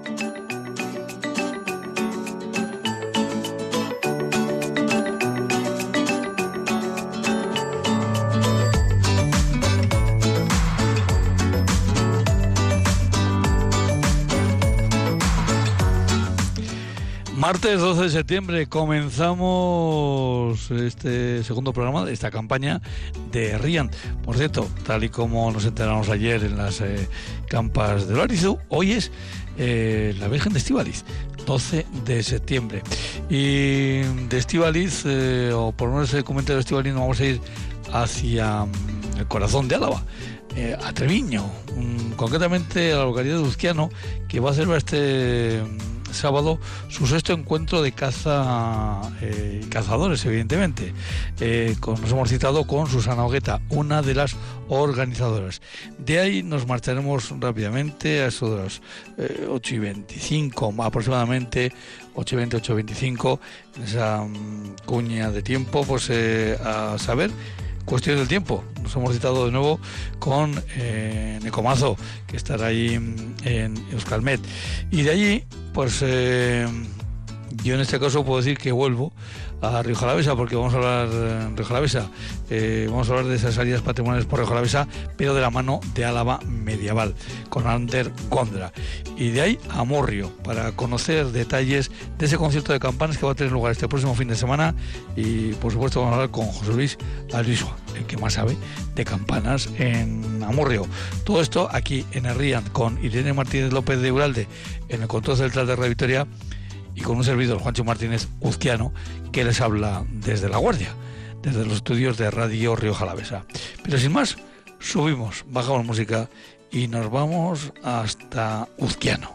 Martes 12 de septiembre comenzamos este segundo programa de esta campaña de Rian. Por cierto, tal y como nos enteramos ayer en las campas de Larizu, hoy es la Virgen de Estíbaliz, 12 de septiembre. Y de Estíbaliz, o por lo menos el comentario de Estíbaliz, nos vamos a ir hacia el corazón de Álava, a Treviño, concretamente a la localidad de Uzquiano, que va a celebrar este sábado su sexto encuentro de caza y cazadores, evidentemente. Nos hemos citado con Susana Ogueta, una de las organizadoras. De ahí nos marcharemos rápidamente a eso de las 8:25 aproximadamente, 8:20, 8:25, en esa cuña de tiempo, pues a saber cuestiones del tiempo. Nos hemos citado de nuevo con Necomazo, que estará ahí en Euskalmet. Y de allí, pues yo en este caso puedo decir que vuelvo a Rioja Alavesa, porque vamos a hablar en Rioja Alavesa, vamos a hablar de esas salidas patrimoniales por Rioja Alavesa, pero de la mano de Álava Medieval, con Ander Gondra. Y de ahí a Morrio, para conocer detalles de ese concierto de campanas que va a tener lugar este próximo fin de semana. Y por supuesto vamos a hablar con José Luis Alvisua, el que más sabe de campanas en Amurrio. Todo esto aquí en el Rian, con Irene Martínez López de Uralde en el control central de Radio Vitoria, y con un servidor, Juancho Martínez Uzquiano, que les habla desde La Guardia, desde los estudios de Radio Rioja Alavesa. Pero sin más, subimos, bajamos música y nos vamos hasta Uzquiano.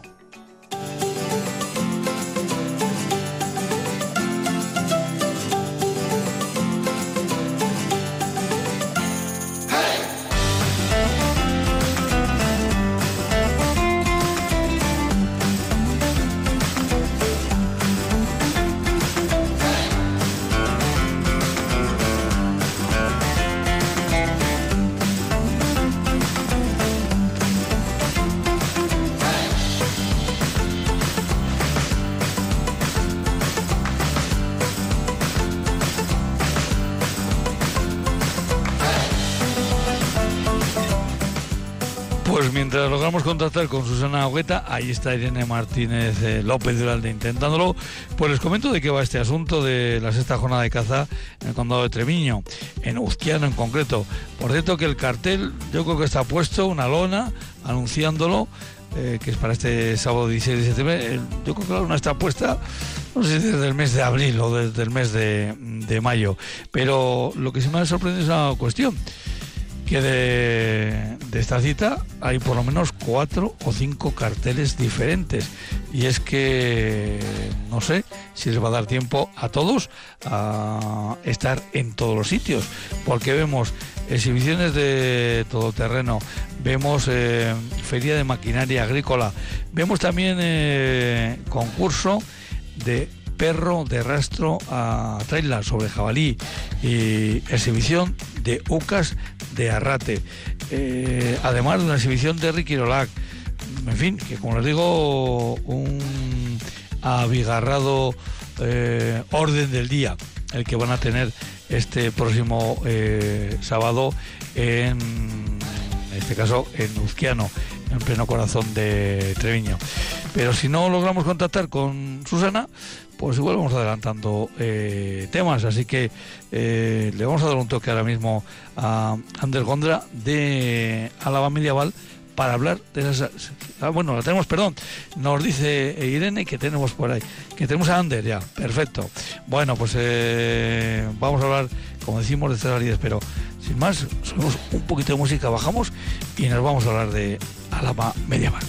Mientras logramos contactar con Susana Ogueta, ahí está Irene Martínez López de Uralde intentándolo, pues les comento de qué va este asunto de la sexta jornada de caza en el condado de Treviño, en Uzquiano en concreto. Por cierto que el cartel, yo creo que está puesto, una lona anunciándolo, que es para este sábado 16 de septiembre. Yo creo que la lona está puesta, no sé si desde el mes de abril o desde el mes de mayo, pero lo que sí me ha sorprendido es una cuestión, que de esta cita hay por lo menos 4 o 5 carteles diferentes, y es que no sé si les va a dar tiempo a todos a estar en todos los sitios, porque vemos exhibiciones de todoterreno, vemos feria de maquinaria agrícola, vemos también concurso de perro de rastro a trailer sobre jabalí y exhibición de ucas de arrate, además de una exhibición de Ricky Rolac. En fin, que como les digo, un abigarrado orden del día el que van a tener este próximo sábado en este caso en Uzquiano, en pleno corazón de Treviño. Pero si no logramos contactar con Susana, pues igual vamos adelantando temas, así que le vamos a dar un toque ahora mismo a Ander Gondra de Álava Medieval para hablar de esas... bueno, la tenemos, perdón, nos dice Irene que tenemos por ahí, que tenemos a Ander ya, perfecto. Bueno, pues vamos a hablar, como decimos, de estas salidas, pero sin más, subimos un poquito de música, bajamos y nos vamos a hablar de Álava Medieval.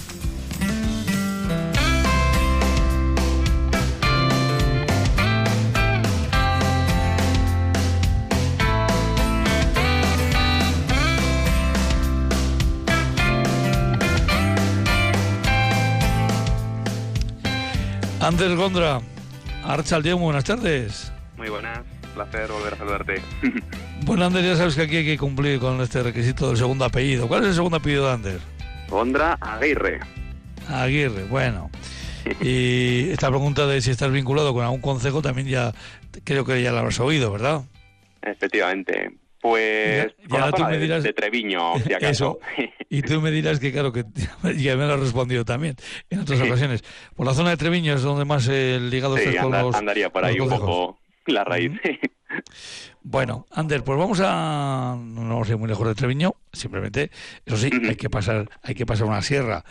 Ander Gondra, Arratsaldeon, buenas tardes. Muy buenas, placer volver a saludarte. Bueno, Ander, ya sabes que aquí hay que cumplir con este requisito del segundo apellido. ¿Cuál es el segundo apellido de Ander? Gondra Aguirre. Aguirre, bueno. Y esta pregunta de si estás vinculado con algún concejo también ya creo que ya la habrás oído, ¿verdad? Efectivamente. Pues Ya, con la tú zona me dirás, de Treviño, si acaso. eso, y tú me dirás que claro que ya me lo has respondido también en otras ocasiones. Por la zona de Treviño es donde más ligado Sí, estás con andaría por con ahí los un concejos. poco la raíz. Bueno, Ander, pues no vamos a ir muy lejos de Treviño, simplemente, eso sí, hay que pasar una sierra,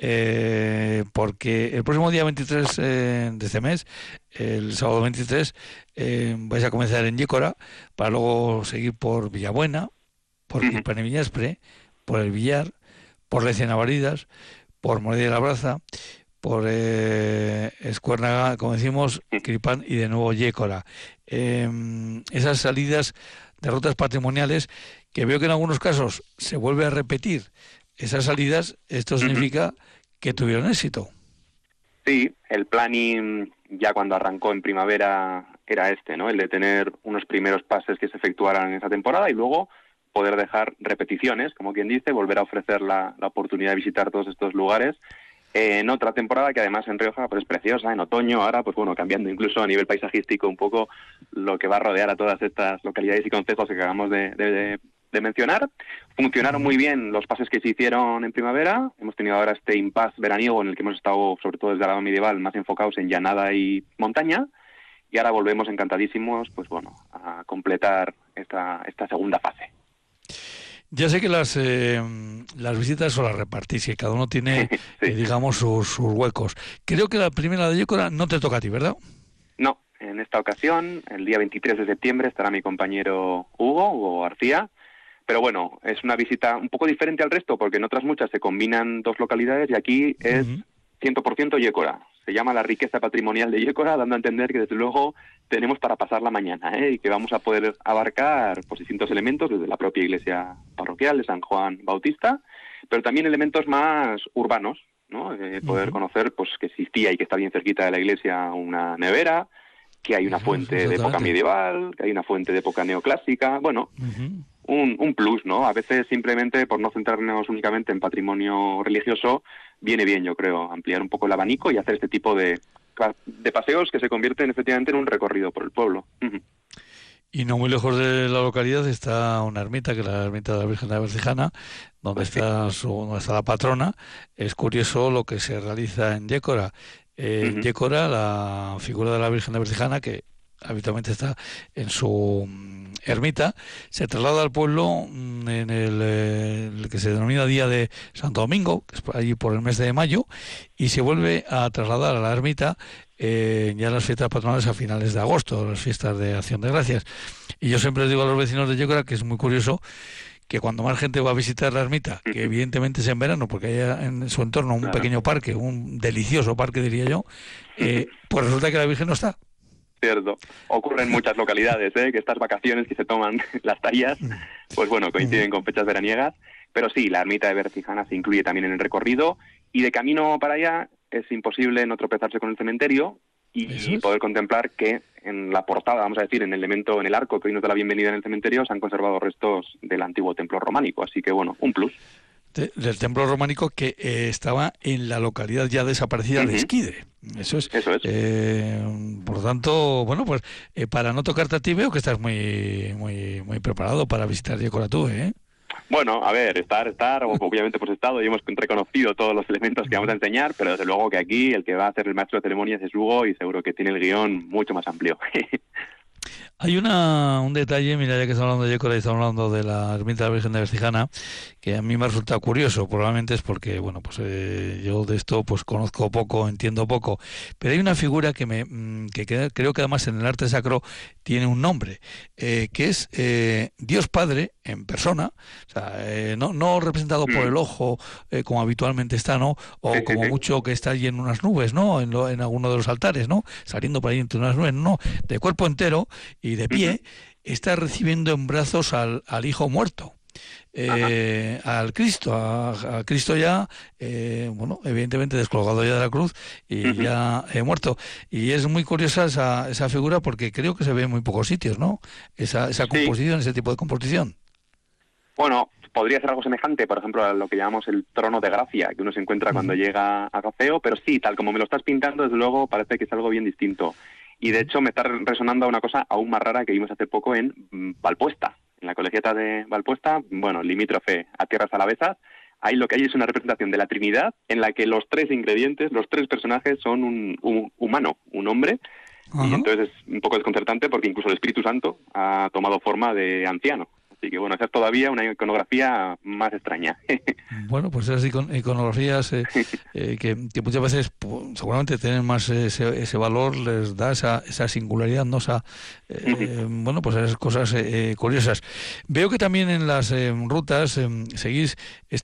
porque el próximo día 23 de este mes, el sábado 23, vais a comenzar en Yécora, para luego seguir por Villabuena, por Quilpane-Viñaspre, por El Villar, por Lecce-Navaridas, por Morella de la Braza, por Escuérnaga, como decimos, Cripán y de nuevo Yécora. Esas salidas de rutas patrimoniales, que veo que en algunos casos se vuelve a repetir esas salidas, esto significa que tuvieron éxito. Sí, el planning ya cuando arrancó en primavera era ¿no? El de tener unos primeros pases que se efectuaran en esa temporada y luego poder dejar repeticiones, como quien dice, volver a ofrecer la oportunidad de visitar todos estos lugares en otra temporada que además en Rioja pues es preciosa, en otoño, ahora pues bueno, cambiando incluso a nivel paisajístico un poco lo que va a rodear a todas estas localidades y concejos que acabamos de mencionar. Funcionaron muy bien los pases que se hicieron en primavera, hemos tenido ahora este impasse veraniego en el que hemos estado, sobre todo desde la edad medieval, más enfocados en llanada y montaña, y ahora volvemos encantadísimos pues bueno, a completar esta segunda fase. Ya sé que las visitas son las repartís, que cada uno tiene, sí. Digamos, sus huecos. Creo que la primera de Yécora no te toca a ti, ¿verdad? No, en esta ocasión, el día 23 de septiembre, estará mi compañero Hugo García, pero bueno, es una visita un poco diferente al resto, porque en otras muchas se combinan dos localidades y aquí es 100% Yécora. Se llama la riqueza patrimonial de Yécora, dando a entender que desde luego tenemos para pasar la mañana, y que vamos a poder abarcar pues, distintos elementos desde la propia iglesia parroquial de San Juan Bautista, pero también elementos más urbanos, ¿no? Poder conocer pues que existía y que está bien cerquita de la iglesia una nevera, que hay una fuente de época medieval, que hay una fuente de época neoclásica, bueno, un plus, ¿no? A veces simplemente por no centrarnos únicamente en patrimonio religioso, viene bien, yo creo, ampliar un poco el abanico y hacer este tipo de paseos que se convierten efectivamente en un recorrido por el pueblo. Y no muy lejos de la localidad está una ermita, que es la ermita de la Virgen de la Vercijana, donde está la patrona. Es curioso lo que se realiza en Yécora. En Yécora, la figura de la Virgen de la Vercijana, que habitualmente está en su ermita, se traslada al pueblo en el que se denomina Día de Santo Domingo, que es allí por el mes de mayo, y se vuelve a trasladar a la ermita ya las fiestas patronales a finales de agosto, las fiestas de Acción de Gracias. Y yo siempre les digo a los vecinos de Yécora que es muy curioso que cuando más gente va a visitar la ermita, que evidentemente es en verano, porque hay en su entorno un pequeño parque, un delicioso parque diría yo, pues resulta que la Virgen no está. Cierto. Ocurre en muchas localidades, que estas vacaciones que se toman las tallas, pues bueno, coinciden con fechas veraniegas, pero sí, la ermita de Vercijana se incluye también en el recorrido y de camino para allá es imposible no tropezarse con el cementerio y poder contemplar que en la portada, vamos a decir, en el elemento, en el arco que hoy nos da la bienvenida en el cementerio, se han conservado restos del antiguo templo románico, así que bueno, un plus. Del templo románico que estaba en la localidad ya desaparecida de Esquide. Eso es. Por lo tanto, bueno, pues para no tocarte a ti veo que estás muy preparado para visitar Yécora tú, ¿eh? Bueno, a ver, estar, obviamente pues estado y hemos reconocido todos los elementos que vamos a enseñar, pero desde luego que aquí el que va a ser el maestro de ceremonias es Hugo y seguro que tiene el guión mucho más amplio. Hay un detalle, mira, ya que estamos hablando de Yécora y estamos hablando de la ermita de la Virgen de Vercijana, que a mí me resulta curioso, probablemente es porque, bueno, pues yo de esto pues conozco poco, entiendo poco, pero hay una figura que creo que además en el arte sacro tiene un nombre, que es Dios Padre en persona, o sea, no representado por el ojo como habitualmente está, ¿no? O como mucho que está allí en unas nubes, ¿no? En alguno de los altares, ¿no? Saliendo por ahí entre unas nubes, no, de cuerpo entero y de pie, está recibiendo en brazos al hijo muerto. Al Cristo, a Cristo ya, bueno, evidentemente descolgado ya de la cruz y ya muerto. Y es muy curiosa esa figura porque creo que se ve en muy pocos sitios, ¿no? Esa composición, ese tipo de composición. Bueno, Podría ser algo semejante, por ejemplo, a lo que llamamos el trono de gracia, que uno se encuentra cuando llega a Cafeo, pero sí, tal como me lo estás pintando, desde luego parece que es algo bien distinto. Y de hecho me está resonando a una cosa aún más rara que vimos hace poco en Valpuesta, en la colegiata de Valpuesta, bueno, limítrofe a Tierras Alavesas. Ahí lo que hay es una representación de la Trinidad en la que los tres ingredientes, los tres personajes son un humano, un hombre. Ajá. Y entonces es un poco desconcertante porque incluso el Espíritu Santo ha tomado forma de anciano. Así que bueno, esa es todavía una iconografía más extraña. Bueno, pues esas iconografías que muchas veces seguramente tienen más ese valor, les da esa singularidad, ¿no? Bueno, pues esas cosas curiosas. Veo que también en las rutas seguís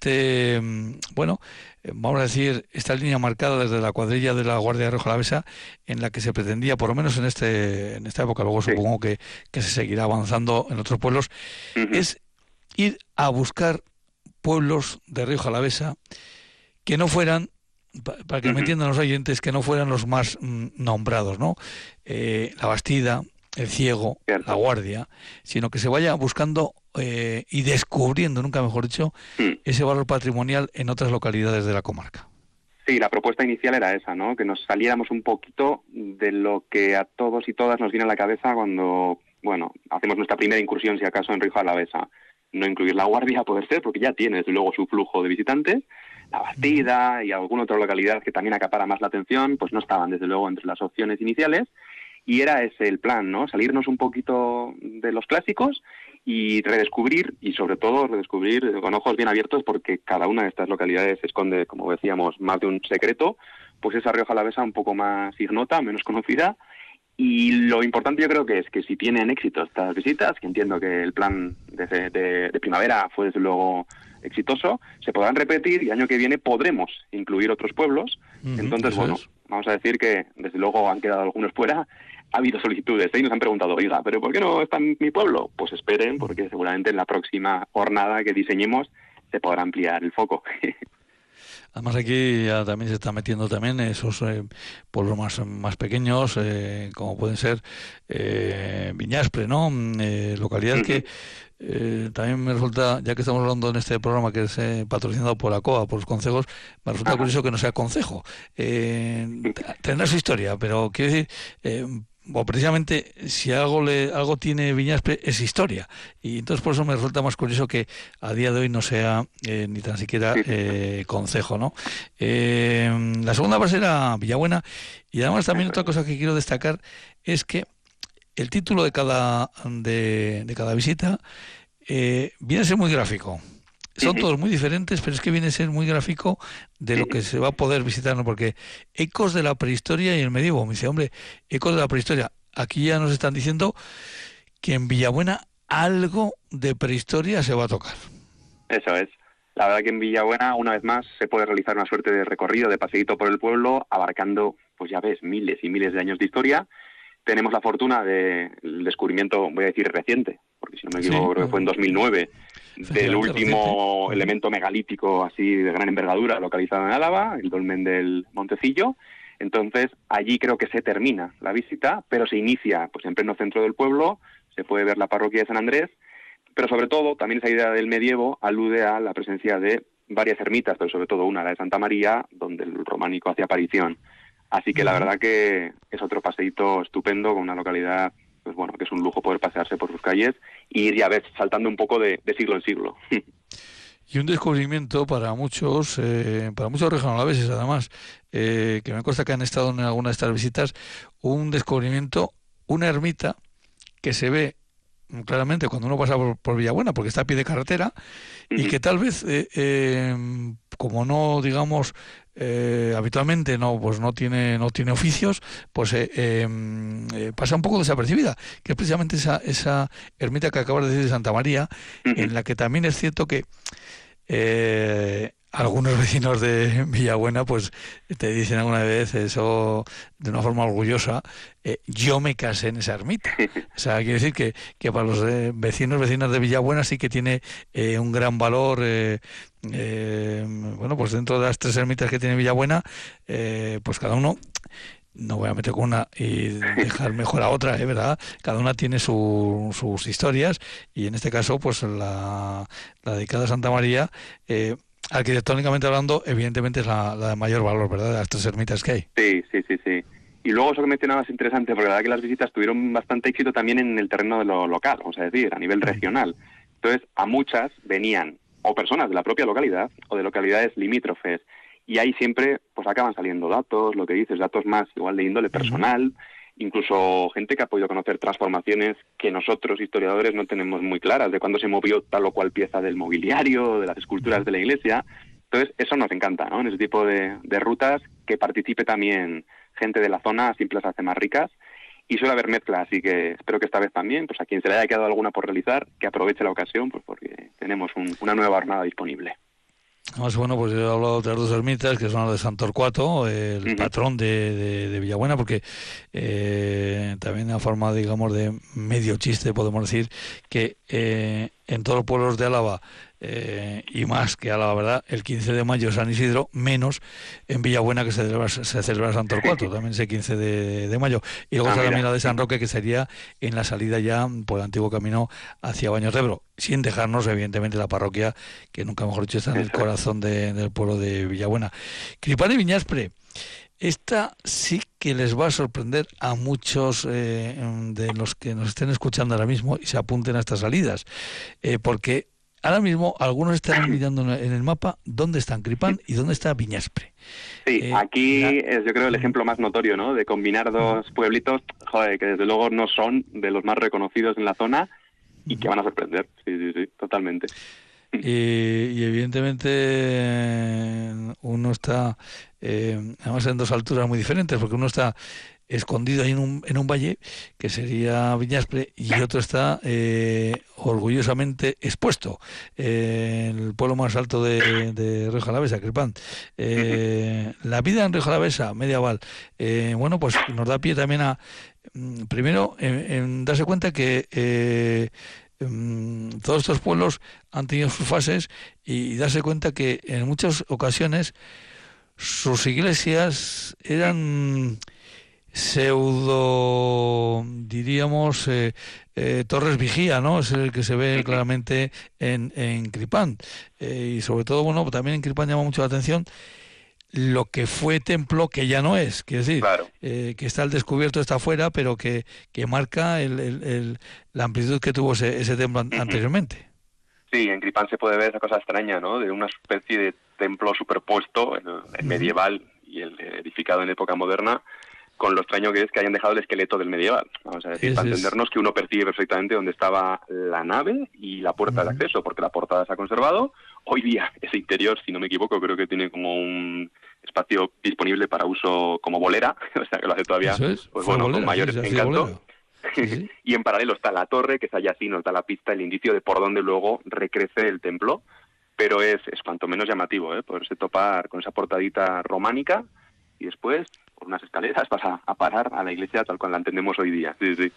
vamos a decir, esta línea marcada desde la cuadrilla de la Guardia de Rioja Alavesa, en la que se pretendía, por lo menos en esta época, luego supongo que se seguirá avanzando en otros pueblos, es ir a buscar pueblos de Rioja Alavesa que no fueran, para que me entiendan los oyentes, que no fueran los más nombrados, ¿no? La Bastida, el Ciego, la Guardia, sino que se vaya buscando y descubriendo, nunca mejor dicho, ese valor patrimonial en otras localidades de la comarca. Sí, la propuesta inicial era esa, ¿no? Que nos saliéramos un poquito de lo que a todos y todas nos viene a la cabeza cuando, bueno, hacemos nuestra primera incursión, si acaso, en Rioja Alavesa. No incluir la Guardia, a poder ser, porque ya tiene, desde luego, su flujo de visitantes. La Bastida y alguna otra localidad que también acapara más la atención, pues no estaban, desde luego, entre las opciones iniciales. Y era ese el plan, ¿no? Salirnos un poquito de los clásicos y redescubrir, y sobre todo redescubrir con ojos bien abiertos, porque cada una de estas localidades esconde, como decíamos, más de un secreto, pues esa Rioja Alavesa un poco más ignota, menos conocida. Y lo importante yo creo que es que si tienen éxito estas visitas, que entiendo que el plan de primavera fue desde luego exitoso, se podrán repetir y año que viene podremos incluir otros pueblos. Entonces, bueno, vamos a decir que desde luego han quedado algunos fuera. Ha habido solicitudes y nos han preguntado, oiga, ¿pero por qué no está en mi pueblo? Pues esperen, porque seguramente en la próxima jornada que diseñemos se podrá ampliar el foco. Además aquí ya también se está metiendo también esos pueblos más pequeños, como pueden ser Viñaspre, ¿no? Localidad que también me resulta, ya que estamos hablando en este programa que es patrocinado por ACOA, por los concejos, me resulta curioso que no sea concejo. Tendrá su historia, pero quiero decir, precisamente si algo tiene Viñaspre es historia, y entonces por eso me resulta más curioso que a día de hoy no sea ni tan siquiera concejo, ¿no? La segunda base era Villabuena, y además también otra cosa que quiero destacar es que el título de cada visita viene a ser muy gráfico. Son todos muy diferentes, pero es que viene a ser muy gráfico de lo que se va a poder visitar, ¿no? Porque ecos de la prehistoria y el medievo. Me dice, hombre, ecos de la prehistoria. Aquí ya nos están diciendo que en Villabuena algo de prehistoria se va a tocar. Eso es. La verdad que en Villabuena, una vez más, se puede realizar una suerte de recorrido, de paseíto por el pueblo, abarcando, pues ya ves, miles y miles de años de historia. Tenemos la fortuna del descubrimiento, voy a decir reciente, porque si no me equivoco, creo que fue en 2009, del último elemento megalítico así de gran envergadura localizado en Álava, el dolmen del Montecillo. Entonces, allí creo que se termina la visita, pero se inicia pues en pleno centro del pueblo, se puede ver la parroquia de San Andrés, pero sobre todo, también esa idea del medievo alude a la presencia de varias ermitas, pero sobre todo una, la de Santa María, donde el románico hace aparición. Así que la verdad que es otro paseíto estupendo con una localidad, pues bueno, que es un lujo poder pasearse por sus calles y ir, ya ves, saltando un poco de siglo en siglo. Y un descubrimiento para muchos regionalaveses, además, que me consta que han estado en alguna de estas visitas, un descubrimiento, una ermita que se ve claramente cuando uno pasa por Villabuena, porque está a pie de carretera, y que tal vez, como no, digamos, habitualmente no tiene oficios, pues pasa un poco desapercibida, que es precisamente esa ermita que acabas de decir de Santa María, en la que también es cierto que algunos vecinos de Villabuena pues te dicen alguna vez eso de una forma orgullosa, yo me casé en esa ermita. O sea, quiere decir que para los vecinas de Villabuena sí que tiene un gran valor. Bueno, pues dentro de las 3 ermitas que tiene Villabuena, pues cada uno no voy a meter con una y dejar mejor a otra, ¿verdad? Cada una tiene sus historias, y en este caso, pues la dedicada a Santa María, arquitectónicamente hablando, evidentemente es la de mayor valor, ¿verdad? De las tres ermitas que hay. Sí. Y luego eso que mencionabas es interesante, porque la verdad que las visitas tuvieron bastante éxito también en el terreno de lo local, vamos a decir, a nivel regional. Entonces, a muchas venían o personas de la propia localidad o de localidades limítrofes, y ahí siempre pues acaban saliendo datos, lo que dices, datos más igual de índole personal, incluso gente que ha podido conocer transformaciones que nosotros, historiadores, no tenemos muy claras, de cuándo se movió tal o cual pieza del mobiliario, de las esculturas de la iglesia. Entonces, eso nos encanta, ¿no? En ese tipo de rutas, que participe también gente de la zona, siempre las hace más ricas, y suele haber mezcla, así que espero que esta vez también, pues a quien se le haya quedado alguna por realizar, que aproveche la ocasión, pues porque tenemos una nueva jornada disponible. Además, bueno, pues yo he hablado de otras dos ermitas, que son las de San Torcuato, el patrón de Villabuena, porque también a forma, digamos, de medio chiste, podemos decir, que en todos los pueblos de Álava, y más que Álava, ¿verdad?, el 15 de mayo es San Isidro, menos en Villabuena, que se celebra San Torcuato, también ese 15 de mayo. Y luego está también la de San Roque, que sería en la salida ya por el antiguo camino hacia Baños de Ebro, sin dejarnos, evidentemente, la parroquia, que nunca mejor dicho está en el corazón del pueblo de Villabuena. Cripán y Viñaspre, esta sí que les va a sorprender a muchos de los que nos estén escuchando ahora mismo y se apunten a estas salidas, porque ahora mismo algunos están mirando en el mapa dónde están Cripán y dónde está Viñaspre. Sí, aquí es, yo creo, el ejemplo más notorio, ¿no?, de combinar dos pueblitos, que desde luego no son de los más reconocidos en la zona y que van a sorprender. Sí, totalmente. Y evidentemente uno está además en dos alturas muy diferentes, porque uno está escondido ahí en un valle, que sería Viñaspre, y otro está orgullosamente expuesto en el pueblo más alto de Rioja Alavesa, Cripán. La vida en Rioja Alavesa medieval, bueno, pues nos da pie también a primero en darse cuenta que todos estos pueblos han tenido sus fases, y darse cuenta que en muchas ocasiones sus iglesias eran pseudo, diríamos, torres vigía, ¿no? Es el que se ve claramente en Cripán, y sobre todo, bueno, también en Cripán llama mucho la atención lo que fue templo, que ya no es, quiero decir, claro, que está al descubierto, está afuera, pero que marca la amplitud que tuvo ese templo anteriormente. Sí, en Cripán se puede ver esa cosa extraña, ¿no?, de una especie de templo superpuesto, el medieval y el edificado en época moderna, con lo extraño que es que hayan dejado el esqueleto del medieval. Vamos a decir, para entendernos, que uno percibe perfectamente dónde estaba la nave y la puerta de acceso, porque la portada se ha conservado. Hoy día, ese interior, si no me equivoco, creo que tiene como un espacio disponible para uso como bolera, o sea que lo hace todavía, pues bueno, bolera, con mayores encantos. Sí. Y en paralelo está la torre, que es allá sí nos da la pista, el indicio de por dónde luego recrece el templo, pero es cuanto menos llamativo, poderse topar con esa portadita románica y después, por unas escaleras, vas a parar a la iglesia tal cual la entendemos hoy día. Sí.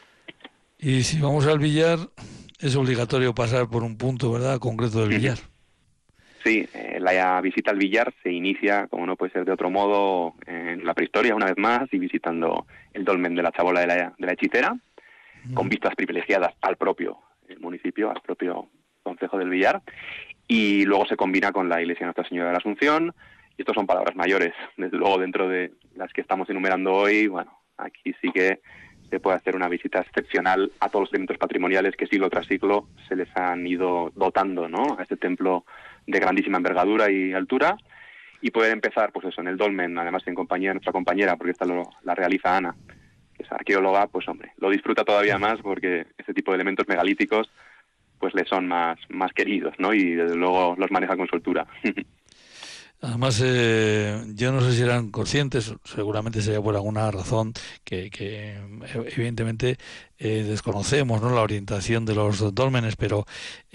Y si vamos al billar, es obligatorio pasar por un punto, ¿verdad?, concreto del billar. Sí, la visita al billar se inicia, como no puede ser de otro modo, en la prehistoria, una vez más, y visitando el dolmen de la chabola de la hechicera, con vistas privilegiadas al propio municipio, al propio concejo del Villar, y luego se combina con la iglesia de Nuestra Señora de la Asunción, y estos son palabras mayores, desde luego dentro de las que estamos enumerando hoy. Bueno, aquí sí que se puede hacer una visita excepcional a todos los elementos patrimoniales que siglo tras siglo se les han ido dotando, ¿no?, a este templo de grandísima envergadura y altura, y poder empezar, pues eso, en el dolmen, además en compañía de nuestra compañera, porque esta la realiza Ana, que es arqueóloga, pues hombre, lo disfruta todavía más, porque este tipo de elementos megalíticos pues le son más queridos, ¿no?, y desde luego los maneja con soltura. Además, yo no sé si eran conscientes, seguramente sería por alguna razón que evidentemente desconocemos, ¿no?, la orientación de los dólmenes, pero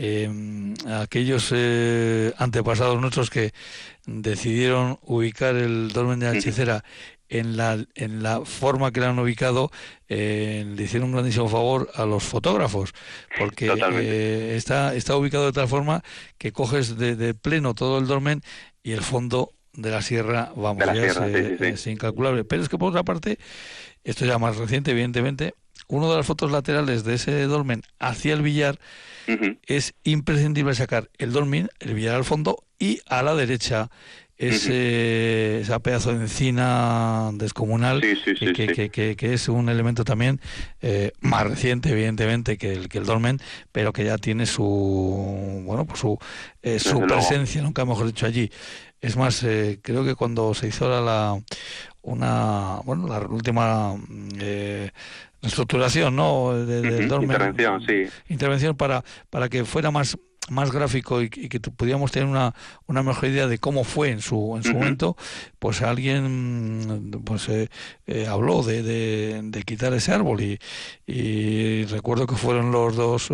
aquellos antepasados nuestros que decidieron ubicar el dolmen de la hechicera en la forma que le han ubicado, le hicieron un grandísimo favor a los fotógrafos, porque está ubicado de tal forma que coges de pleno todo el dolmen, y el fondo de la sierra, vamos, De la ya sierra, sí. es incalculable. Pero es que por otra parte, esto ya más reciente, evidentemente, una de las fotos laterales de ese dolmen hacia el billar Ujú, es imprescindible sacar el dolmen, el billar al fondo, y a la derecha ujú. esa pedazo de encina descomunal Sí. que es un elemento también más reciente, evidentemente, que el dolmen, pero que ya tiene su, bueno, pues su Desde luego. presencia, nunca mejor dicho, allí. Es más, creo que cuando se hizo la última reestructuración, ¿no?, del Ujú. Intervención, dolmen, sí. intervención para que fuera más gráfico y que pudiéramos tener una mejor idea de cómo fue en su Ujú. momento, pues alguien pues habló de quitar ese árbol y recuerdo que fueron los dos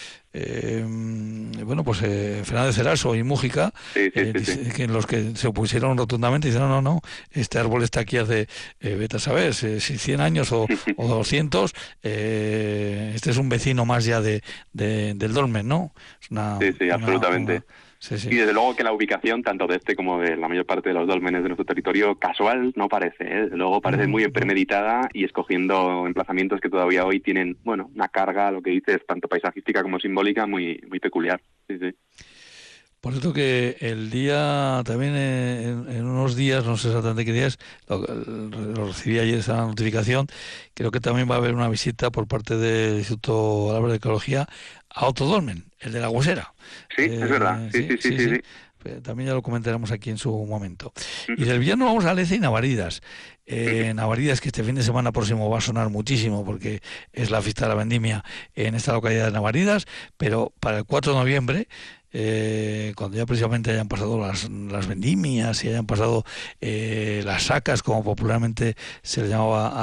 bueno, pues Fernández Eraso y Mújica, Sí. que en los que se opusieron rotundamente y dijeron, no, este árbol está aquí hace, vete a saber, si 100 años o 200, este es un vecino más ya del dolmen, ¿no? Es Sí, absolutamente. sí, sí. Y desde luego que la ubicación, tanto de este como de la mayor parte de los dólmenes de nuestro territorio, casual no parece, ¿eh? Desde luego parece muy No. premeditada y escogiendo emplazamientos que todavía hoy tienen, bueno, una carga, lo que dices, tanto paisajística como simbólica, muy peculiar. Sí. Por cierto que el día, también en unos días, no sé exactamente qué días, lo recibí ayer esa notificación, creo que también va a haber una visita por parte del Instituto Álvarez de Ecología a otro dolmen, el de la Huesera. Sí, es verdad. Sí. Sí. También ya lo comentaremos aquí en su momento. Y Ujú, del Villano vamos a Leza y Navaridas. Navaridas, que este fin de semana próximo va a sonar muchísimo porque es la fiesta de la vendimia en esta localidad de Navaridas, pero para el 4 de noviembre, cuando ya precisamente hayan pasado las vendimias y hayan pasado las sacas, como popularmente se le llamaba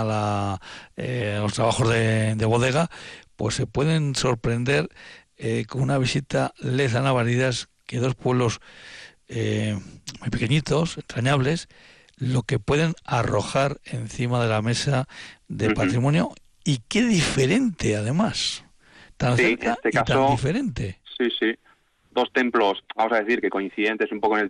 a los trabajos de bodega, pues se pueden sorprender con una visita Leza Navaridas, que dos pueblos muy pequeñitos, entrañables, lo que pueden arrojar encima de la mesa de ujú. patrimonio, y qué diferente además, tan Sí, en cerca este y tan caso, diferente. sí. Dos templos, vamos a decir, que coincidentes un poco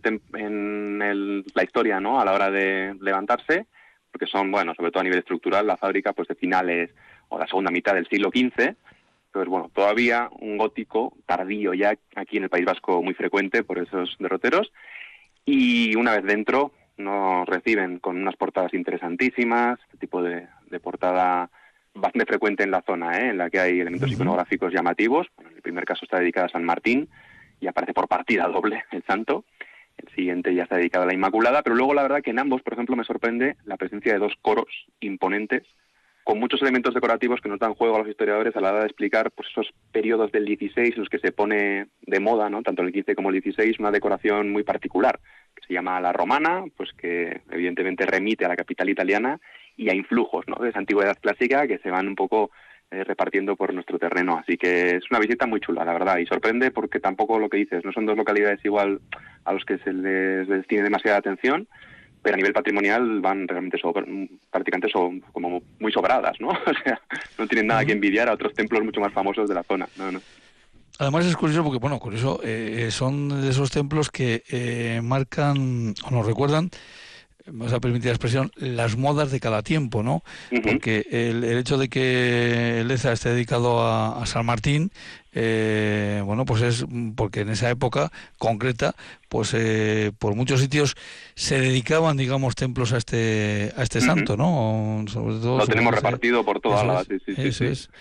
la historia, ¿no? A la hora de levantarse, porque son, bueno, sobre todo a nivel estructural, la fábrica pues de finales o la segunda mitad del siglo XV. Entonces, bueno, todavía un gótico tardío ya aquí en el País Vasco muy frecuente por esos derroteros. Y una vez dentro nos reciben con unas portadas interesantísimas, este tipo de portada bastante frecuente en la zona, en la que hay elementos Ujú. iconográficos llamativos. Bueno, en el primer caso está dedicado a San Martín y aparece por partida doble el santo. El siguiente ya está dedicado a la Inmaculada, pero luego la verdad que en ambos, por ejemplo, me sorprende la presencia de dos coros imponentes con muchos elementos decorativos que nos dan juego a los historiadores a la hora de explicar pues esos periodos del 16 en los que se pone de moda, ¿no?, tanto el 15 como el 16, una decoración muy particular, que se llama la romana, pues que evidentemente remite a la capital italiana y a influjos, ¿no?, de esa antigüedad clásica que se van un poco repartiendo por nuestro terreno. Así que es una visita muy chula, la verdad, y sorprende porque tampoco, lo que dices, no son dos localidades igual a los que se les destine demasiada atención, pero a nivel patrimonial van realmente prácticamente son como muy sobradas, ¿no? O sea, no tienen nada que Ujú. envidiar a otros templos mucho más famosos de la zona. No. Además es curioso porque, bueno, curioso, son de esos templos que marcan o nos recuerdan, vamos a permitir la expresión, las modas de cada tiempo, ¿no? Ujú, Porque el hecho de que Leza esté dedicado a San Martín, bueno, pues es porque en esa época concreta, pues por muchos sitios se dedicaban, digamos, templos a este ujú. santo, ¿no? Sobre todo, Lo supongo tenemos que sea, repartido por toda eso Álava, es, eso sí. es,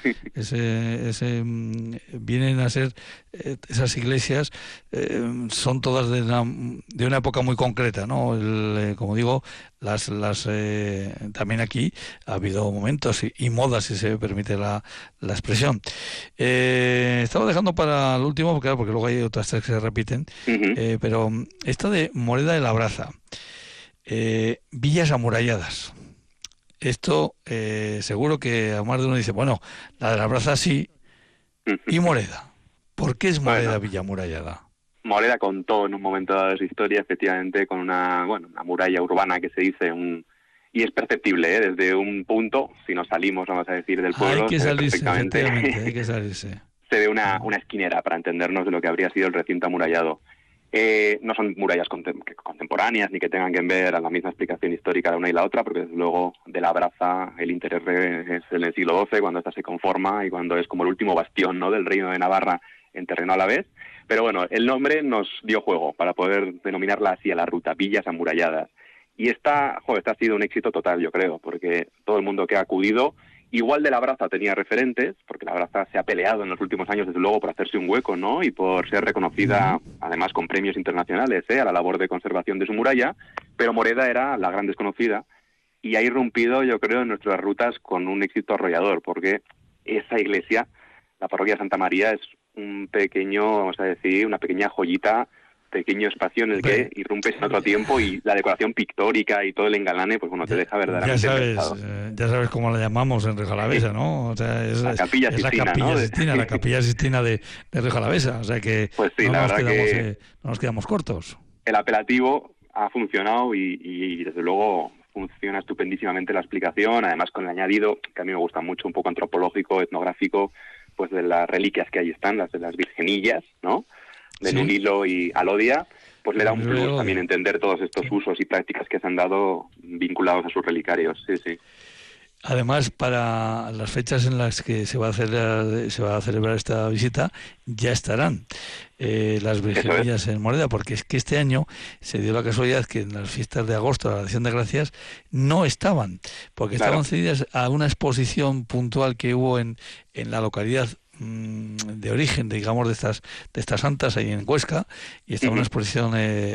vienen a ser esas iglesias, son todas de una época muy concreta, ¿no? Como digo, también aquí ha habido momentos y modas, si se permite la expresión. Estaba dejando para el último, claro, porque luego hay otras tres que se repiten, Ujú. pero esta de Moreda de Labraza, villas amuralladas. Esto seguro que a más de uno dice, bueno, la de Labraza sí, y Moreda. ¿Por qué es Bueno, Moreda villa amurallada? Moreda contó en un momento dado de su historia, efectivamente, con una muralla urbana que se dice, y es perceptible, ¿eh? Desde un punto, si nos salimos, vamos a decir, del Hay pueblo, que se ve salirse, perfectamente, efectivamente, hay que salirse. se ve una esquinera, para entendernos de lo que habría sido el recinto amurallado. No son murallas contemporáneas ni que tengan que ver a la misma explicación histórica de una y la otra, porque desde luego de Labraza el interés es en el siglo XII, cuando esta se conforma y cuando es como el último bastión, ¿no?, del Reino de Navarra en terreno alavés. Pero bueno, el nombre nos dio juego para poder denominarla así a la ruta, Villas Amuralladas. Y esta ha sido un éxito total, yo creo, porque todo el mundo que ha acudido, igual de Labraza tenía referentes, porque Labraza se ha peleado en los últimos años, desde luego, por hacerse un hueco, ¿no?, y por ser reconocida, además, con premios internacionales, a la labor de conservación de su muralla, pero Moreda era la gran desconocida y ha irrumpido, yo creo, en nuestras rutas con un éxito arrollador, porque esa iglesia, la parroquia de Santa María, es un pequeño, vamos a decir, una pequeña joyita, pequeño espacio en el que irrumpes en otro tiempo, y la decoración pictórica y todo el engalane, pues bueno, te deja verdaderamente ya sabes cómo la llamamos en Rioja Alavesa, ¿no? O sea, es la Capilla Sixtina, ¿no? La Capilla Sixtina de Rioja Alavesa, o sea que, pues sí, la verdad que no nos quedamos cortos. El apelativo ha funcionado y desde luego funciona estupendísimamente la explicación, además con el añadido, que a mí me gusta mucho, un poco antropológico, etnográfico, pues de las reliquias que ahí están, las de las virgenillas, ¿no?, de Nunilo y Alodia, pues le da un plus también entender todos estos usos y prácticas que se han dado vinculados a sus relicarios. Sí. Además, para las fechas en las que se va a celebrar esta visita, ya estarán las virgenillas en Moreda, porque es que este año se dio la casualidad que en las fiestas de agosto, la Acción de Gracias, no estaban, porque estaban cedidas a una exposición puntual que hubo en la localidad de origen, digamos, de estas santas ahí en Huesca, y estaba una exposición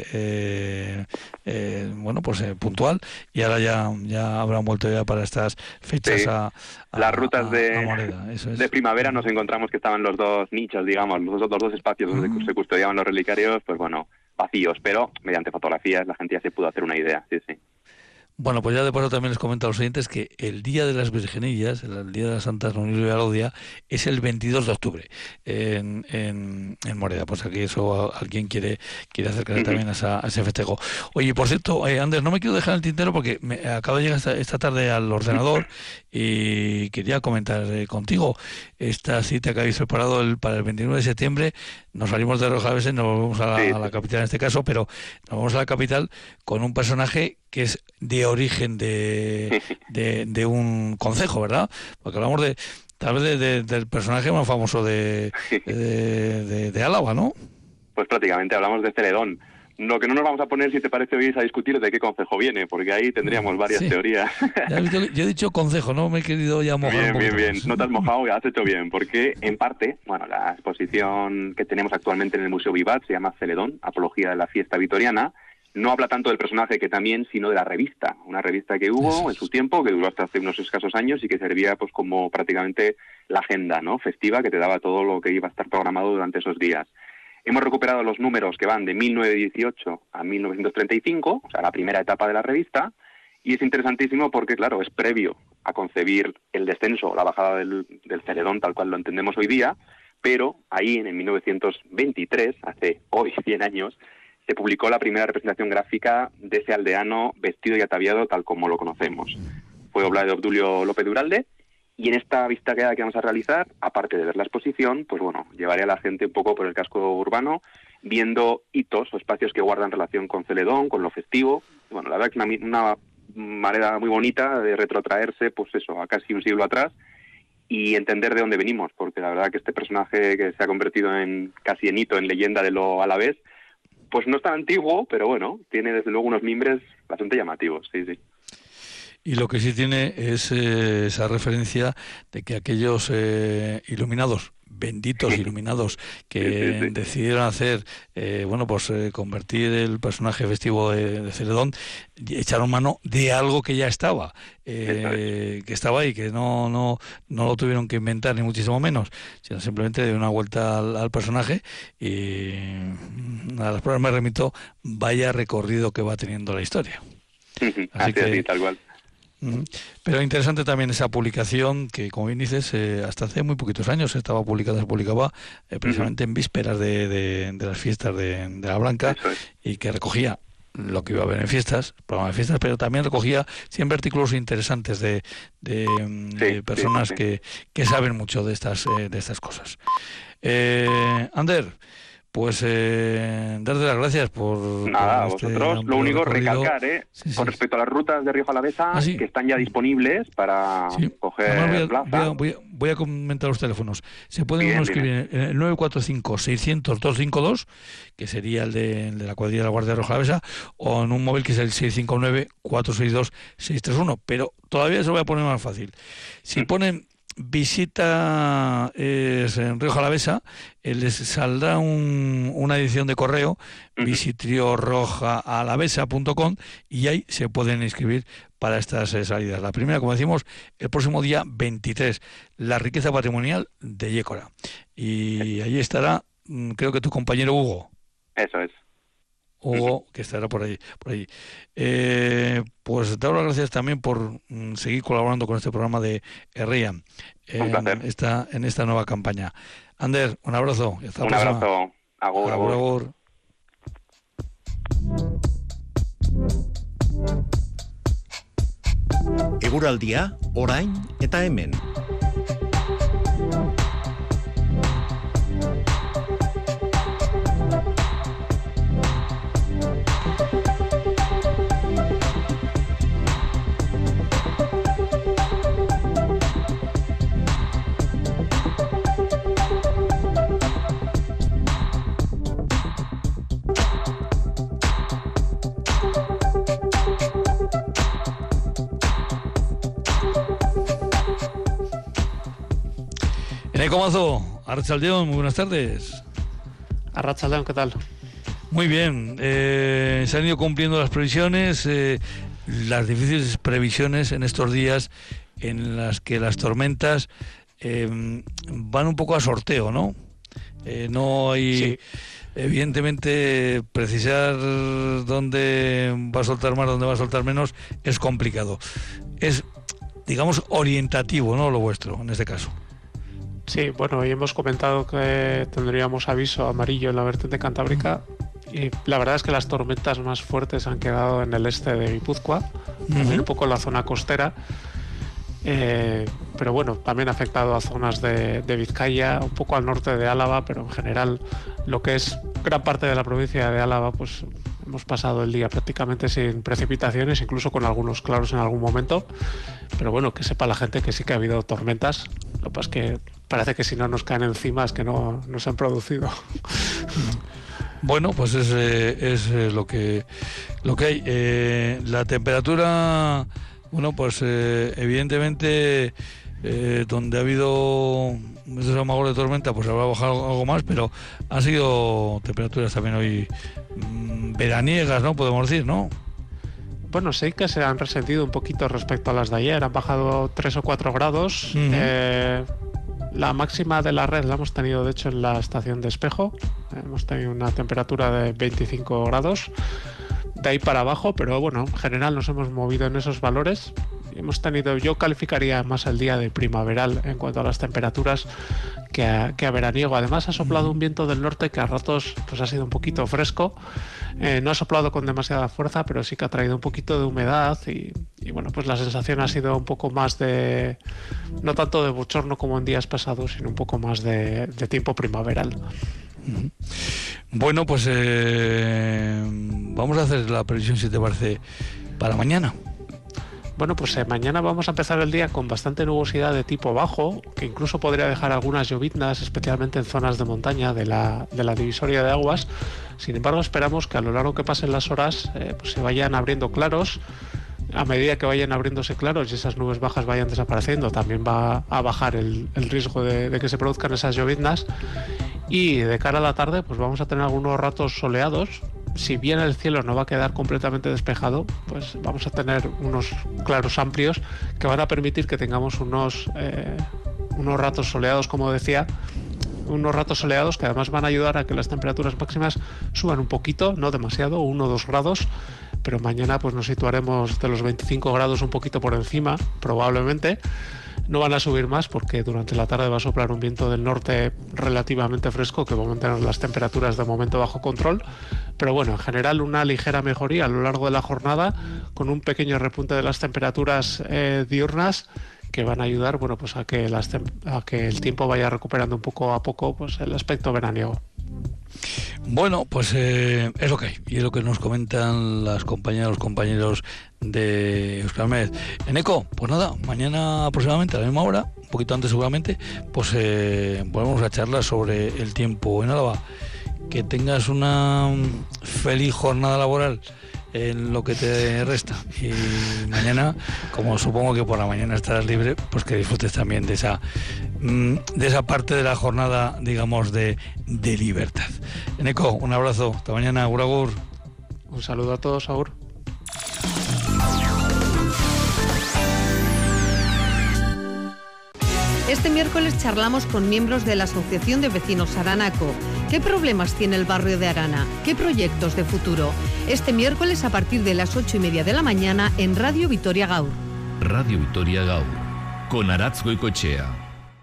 puntual, y ahora ya habrán vuelto ya para estas fechas a las rutas de Moreda. Eso es. De primavera nos encontramos que estaban los dos nichos, digamos, los dos espacios donde se custodiaban los relicarios, pues bueno, vacíos, pero mediante fotografías la gente ya se pudo hacer una idea. Sí. Bueno, pues ya de paso también les comento a los oyentes que el Día de las Virgenillas, el Día de las Santas Nunilo y Alodia, es el 22 de octubre en Moreda. Pues aquí eso alguien quiere acercarse también a ese festejo. Oye, por cierto, Ander, no me quiero dejar el tintero porque me acabo de llegar esta tarde al ordenador y quería comentar contigo esta cita que habéis preparado para el 29 de septiembre. Nos salimos de Rioja Alavesa y nos vamos a la capital en este caso, pero nos vamos a la capital con un personaje que es de origen de un concejo, ¿verdad? Porque hablamos tal vez del personaje más famoso de Álava, ¿no? Pues prácticamente hablamos de Celedón. Lo que no nos vamos a poner, si te parece hoy, es a discutir de qué concejo viene, porque ahí tendríamos varias teorías. Yo he dicho concejo, no me he querido ya mojar. Bien. No te has mojado, has hecho bien, porque en parte, bueno, la exposición que tenemos actualmente en el Museo Vivat se llama Celedón, Apología de la Fiesta Vitoriana. No habla tanto del personaje que también, sino de la revista. Una revista que hubo en su tiempo, que duró hasta hace unos escasos años y que servía pues como prácticamente la agenda, ¿no?, festiva, que te daba todo lo que iba a estar programado durante esos días. Hemos recuperado los números que van de 1918 a 1935, o sea, la primera etapa de la revista, y es interesantísimo porque, claro, es previo a concebir el descenso, la bajada del Celedón tal cual lo entendemos hoy día, pero ahí en 1923, hace hoy 100 años, se publicó la primera representación gráfica de ese aldeano vestido y ataviado tal como lo conocemos. Fue obra de Obdulio López Duralde, y en esta vista guiada que vamos a realizar, aparte de ver la exposición, pues bueno, llevaré a la gente un poco por el casco urbano, viendo hitos o espacios que guardan relación con Celedón, con lo festivo. Bueno, la verdad que es una manera muy bonita de retrotraerse, pues eso, a casi un siglo atrás, y entender de dónde venimos, porque la verdad que este personaje que se ha convertido casi en hito, en leyenda de lo alavés, pues no es tan antiguo, pero bueno, tiene desde luego unos mimbres bastante llamativos, sí. Y lo que sí tiene es esa referencia de que aquellos iluminados, benditos iluminados, que decidieron hacer, convertir el personaje festivo de Celedón, echaron mano de algo que ya estaba, que estaba ahí, que no lo tuvieron que inventar ni muchísimo menos, sino simplemente de una vuelta al personaje. Y a las pruebas me remito, vaya recorrido que va teniendo la historia. Así tal cual. Pero interesante también esa publicación que, como bien dices, hasta hace muy poquitos años se publicaba precisamente en vísperas de las fiestas de la Blanca, y que recogía lo que iba a haber en fiestas, programa de fiestas, pero también recogía siempre artículos interesantes de personas que saben mucho de estas cosas. Ander, Pues darte las gracias por... Nada, por vosotros. Lo único, recorrido. recalcar, Sí, con sí. respecto a las rutas de Rioja Alavesa, Ah, sí. que están ya disponibles para Sí. coger Además plaza. voy a comentar los teléfonos. Se puede Bien, uno dime. escribir en el 945-600-252, que sería el de la cuadrilla de la Guardia de Rioja Alavesa, o en un móvil que es el 659-462-631. Pero todavía se lo voy a poner más fácil. Si ponen visita en Rioja Alavesa, les saldrá una edición de correo, visitriorojaalavesa.com, y ahí se pueden inscribir para estas salidas. La primera, como decimos, el próximo día 23, la riqueza patrimonial de Yécora. Y allí estará, creo que tu compañero Hugo. Eso es. Hugo, que estará por allí. Pues te doy las gracias también por seguir colaborando con este programa de Rian Un placer. en esta nueva campaña. Ander, un abrazo. Y hasta la Un próxima. abrazo. Agur, agur. Agur. Eguraldia, orain eta hemen. Eneco Mazo, Arratsaldeon, muy buenas tardes. Arratsaldeon, ¿qué tal? Muy bien, se han ido cumpliendo las previsiones, las difíciles previsiones en estos días en las que las tormentas van un poco a sorteo, ¿no? No hay, Sí. evidentemente, precisar dónde va a soltar más, dónde va a soltar menos, es complicado. Es, digamos, orientativo, ¿no? Lo vuestro, en este caso. Sí, bueno, hoy hemos comentado que tendríamos aviso amarillo en la vertiente cantábrica y la verdad es que las tormentas más fuertes han quedado en el este de Guipúzcoa, también un poco en la zona costera, pero bueno, también ha afectado a zonas de Vizcaya, un poco al norte de Álava, pero en general lo que es gran parte de la provincia de Álava, pues hemos pasado el día prácticamente sin precipitaciones, incluso con algunos claros en algún momento, pero bueno, que sepa la gente que sí que ha habido tormentas. Lo que pasa es que parece que si no nos caen encima es que no se han producido. Bueno, pues es lo que hay. La temperatura, bueno, pues evidentemente donde ha habido esos amagos de tormenta, pues habrá bajado algo más, pero han sido temperaturas también hoy veraniegas, ¿no? Podemos decir, ¿no? Bueno, sí que se han resentido un poquito respecto a las de ayer, han bajado 3 o 4 grados. La máxima de la red la hemos tenido, de hecho, en la estación de Espejo. Hemos tenido una temperatura de 25 grados. De ahí para abajo, pero bueno, en general nos hemos movido en esos valores. Hemos tenido, yo calificaría más el día de primaveral en cuanto a las temperaturas que a veraniego. Además ha soplado un viento del norte que a ratos pues ha sido un poquito fresco. No ha soplado con demasiada fuerza, pero sí que ha traído un poquito de humedad y bueno, pues la sensación ha sido un poco más de, no tanto de bochorno como en días pasados, sino un poco más de tiempo primaveral. Bueno, pues vamos a hacer la previsión, si te parece, para mañana. Bueno, pues mañana vamos a empezar el día con bastante nubosidad de tipo bajo, que incluso podría dejar algunas lloviznas, especialmente en zonas de montaña de la divisoria de aguas. Sin embargo, esperamos que a lo largo que pasen las horas pues se vayan abriendo claros. A medida que vayan abriéndose claros y esas nubes bajas vayan desapareciendo, también va a bajar el riesgo de que se produzcan esas lloviznas. Y de cara a la tarde, pues vamos a tener algunos ratos soleados. Si bien el cielo no va a quedar completamente despejado, pues vamos a tener unos claros amplios que van a permitir que tengamos unos ratos soleados, como decía, unos ratos soleados que además van a ayudar a que las temperaturas máximas suban un poquito, no demasiado, 1 o 2 grados, pero mañana pues nos situaremos de los 25 grados un poquito por encima, probablemente. No van a subir más porque durante la tarde va a soplar un viento del norte relativamente fresco que va a mantener las temperaturas de momento bajo control. Pero bueno, en general una ligera mejoría a lo largo de la jornada con un pequeño repunte de las temperaturas diurnas que van a ayudar, bueno, pues a que el tiempo vaya recuperando un poco a poco pues el aspecto veraniego. Bueno, pues es lo que hay, y es lo que nos comentan las compañeras, los compañeros de Euskalmet. Eneco, pues nada, mañana aproximadamente a la misma hora, un poquito antes seguramente, pues volvemos a charlar sobre el tiempo en Álava. Que tengas una feliz jornada laboral en lo que te resta, y mañana, como supongo que por la mañana estarás libre, pues que disfrutes también de esa parte de la jornada, digamos, de libertad. Eneco, un abrazo, hasta mañana, agur agur. Un saludo a todos, agur. Este miércoles charlamos con miembros de la Asociación de Vecinos Aranaco. ¿Qué problemas tiene el barrio de Arana? ¿Qué proyectos de futuro? Este miércoles a partir de las 8:30 de la mañana en Radio Vitoria Gaur. Radio Vitoria Gaur, con Aratz Goicoechea.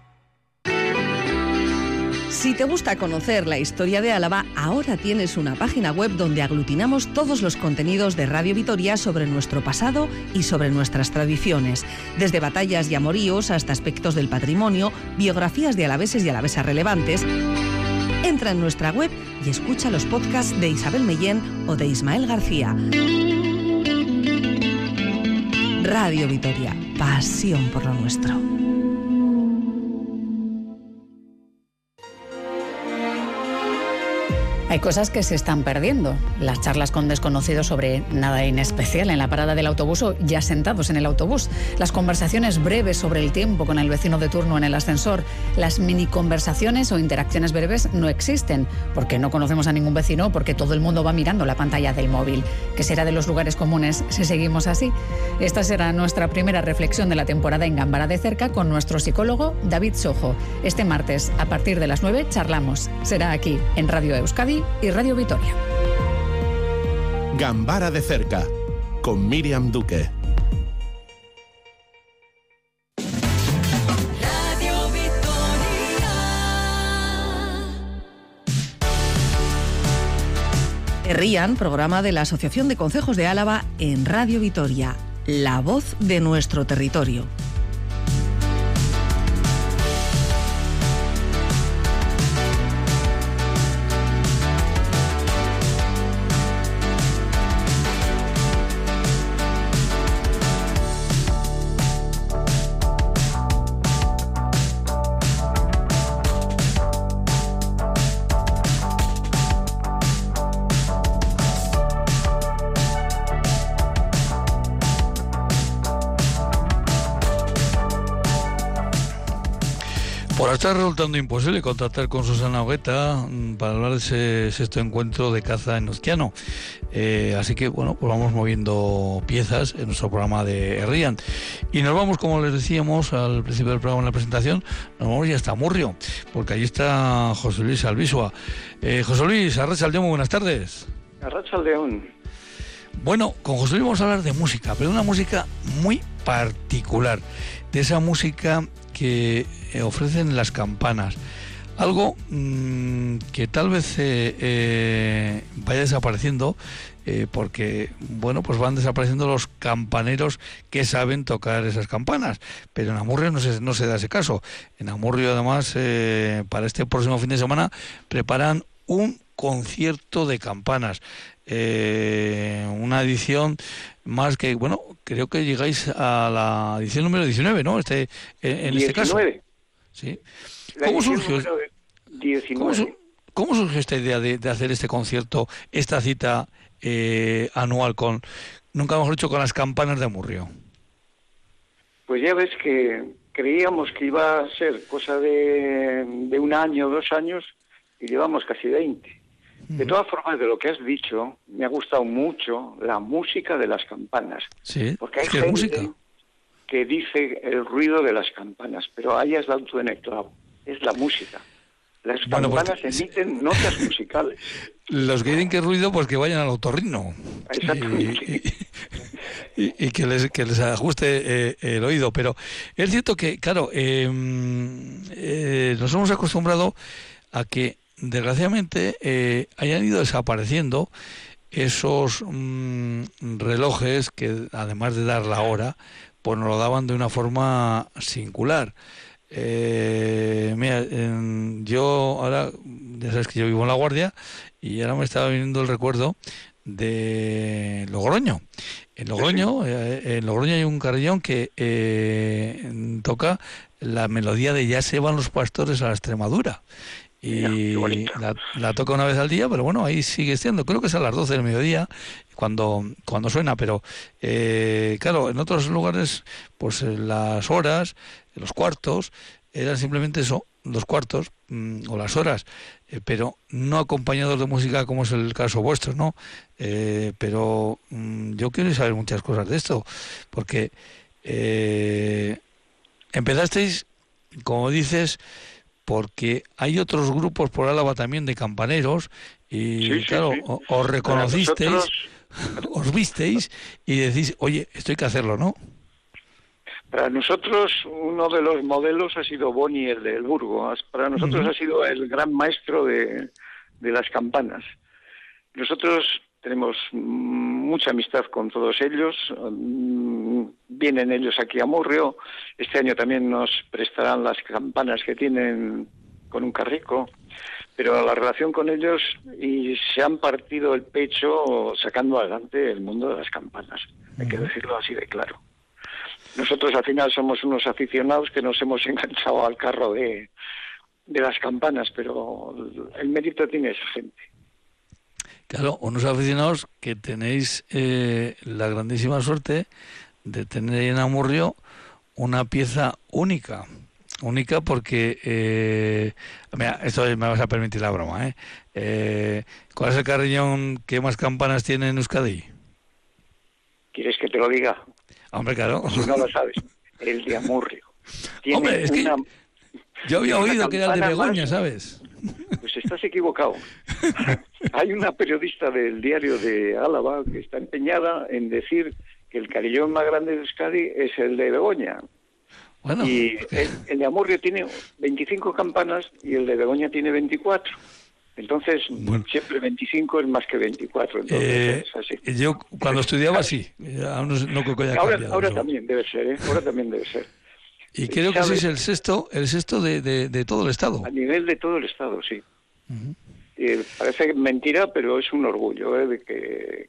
Si te gusta conocer la historia de Álava, ahora tienes una página web donde aglutinamos todos los contenidos de Radio Vitoria sobre nuestro pasado y sobre nuestras tradiciones. Desde batallas y amoríos hasta aspectos del patrimonio, biografías de alaveses y alavesas relevantes. Entra en nuestra web y escucha los podcasts de Isabel Mellén o de Ismael García. Radio Vitoria, pasión por lo nuestro. Hay cosas que se están perdiendo. Las charlas con desconocidos sobre nada en especial en la parada del autobús o ya sentados en el autobús. Las conversaciones breves sobre el tiempo con el vecino de turno en el ascensor. Las mini conversaciones o interacciones breves no existen porque no conocemos a ningún vecino o porque todo el mundo va mirando la pantalla del móvil. ¿Qué será de los lugares comunes si seguimos así? Esta será nuestra primera reflexión de la temporada en Gambara de Cerca con nuestro psicólogo David Sojo. Este martes, a partir de las 9, charlamos. Será aquí, en Radio Euskadi y Radio Vitoria. Gambara de Cerca, con Miriam Duque. Radio Vitoria. Herrían, programa de la Asociación de Concejos de Álava en Radio Vitoria, la voz de nuestro territorio. Por estar resultando imposible contactar con Susana Ogueta para hablar de ese sexto encuentro de caza en Uzquiano. Así que, bueno, pues vamos moviendo piezas en nuestro programa de Herrían. Y nos vamos, como les decíamos al principio del programa en la presentación, nos vamos ya hasta Murrio, porque allí está José Luis Albisua. José Luis, arratsaldeón, muy buenas tardes. Arratsaldeón. Bueno, con José Luis vamos a hablar de música, pero una música muy particular, de esa música que ofrecen las campanas, algo que tal vez vaya desapareciendo, porque bueno, pues van desapareciendo los campaneros que saben tocar esas campanas, pero en Amurrio no se da ese caso. En Amurrio, además, para este próximo fin de semana preparan un concierto de campanas, una edición más que, bueno, creo que llegáis a la edición número 19, ¿no? En 19. Este caso. Sí. ¿Cómo surgió? 19. ¿Cómo surgió esta idea de hacer este concierto, esta cita anual con, nunca mejor dicho, con las campanas de Amurrio? Pues ya ves que creíamos que iba a ser cosa de un año, 2 años, y llevamos casi 20. De todas formas, de lo que has dicho, me ha gustado mucho la música de las campanas. Sí, porque hay gente que dice el ruido de las campanas, pero ahí has dado tú en el clavo. Es la música. Las campanas emiten notas musicales. Los que dicen que es ruido, pues que vayan al otorrino. Exactamente. Y que les ajuste el oído. Pero es cierto que, claro, nos hemos acostumbrado a que desgraciadamente hayan ido desapareciendo esos relojes que, además de dar la hora, pues nos lo daban de una forma singular. Mira, yo ahora, ya sabes que yo vivo en La Guardia, y ahora me estaba viniendo el recuerdo de Logroño. En Logroño, hay un carrillón que toca la melodía de Ya se van los pastores a la Extremadura. Y la toca una vez al día, pero bueno, ahí sigue siendo. Creo que es a las 12 del mediodía cuando suena, pero claro, en otros lugares, pues las horas, los cuartos, eran simplemente eso, los cuartos o las horas, pero no acompañados de música como es el caso vuestro, ¿no? Pero yo quiero saber muchas cosas de esto, porque empezasteis, como dices, porque hay otros grupos por Álava también de campaneros y claro, sí. Os reconocisteis, os visteis y decís, oye, esto hay que hacerlo, ¿no? Para nosotros uno de los modelos ha sido Boni, el del Burgo. Para nosotros ha sido el gran maestro de las campanas. Nosotros tenemos mucha amistad con todos ellos. Vienen ellos aquí a Murrio. Este año también nos prestarán las campanas que tienen con un carrico. Pero la relación con ellos, y se han partido el pecho sacando adelante el mundo de las campanas. Hay que decirlo así de claro. Nosotros al final somos unos aficionados que nos hemos enganchado al carro de las campanas, pero el mérito tiene esa gente. Claro, unos aficionados que tenéis la grandísima suerte de tener en Amurrio una pieza única porque, mira, esto me vas a permitir la broma, ¿cuál es el carrillón que más campanas tiene en Euskadi? ¿Quieres que te lo diga? Hombre, claro. Si no lo sabes, el de Amurrio. Hombre, es que yo había oído que era el de Begoña, más, ¿sabes? Pues estás equivocado. Hay una periodista del diario de Álava que está empeñada en decir que el carillón más grande de Euskadi es el de Begoña. Bueno, y el de Amurrio tiene 25 campanas y el de Begoña tiene 24. Entonces, siempre 25 es más que 24. Entonces, es así. Yo cuando estudiaba sí. No creo que haya cambiado. Ahora también debe ser, Ahora también debe ser. Y creo que ese es el sexto de todo el Estado. A nivel de todo el Estado, sí. Parece mentira, pero es un orgullo de que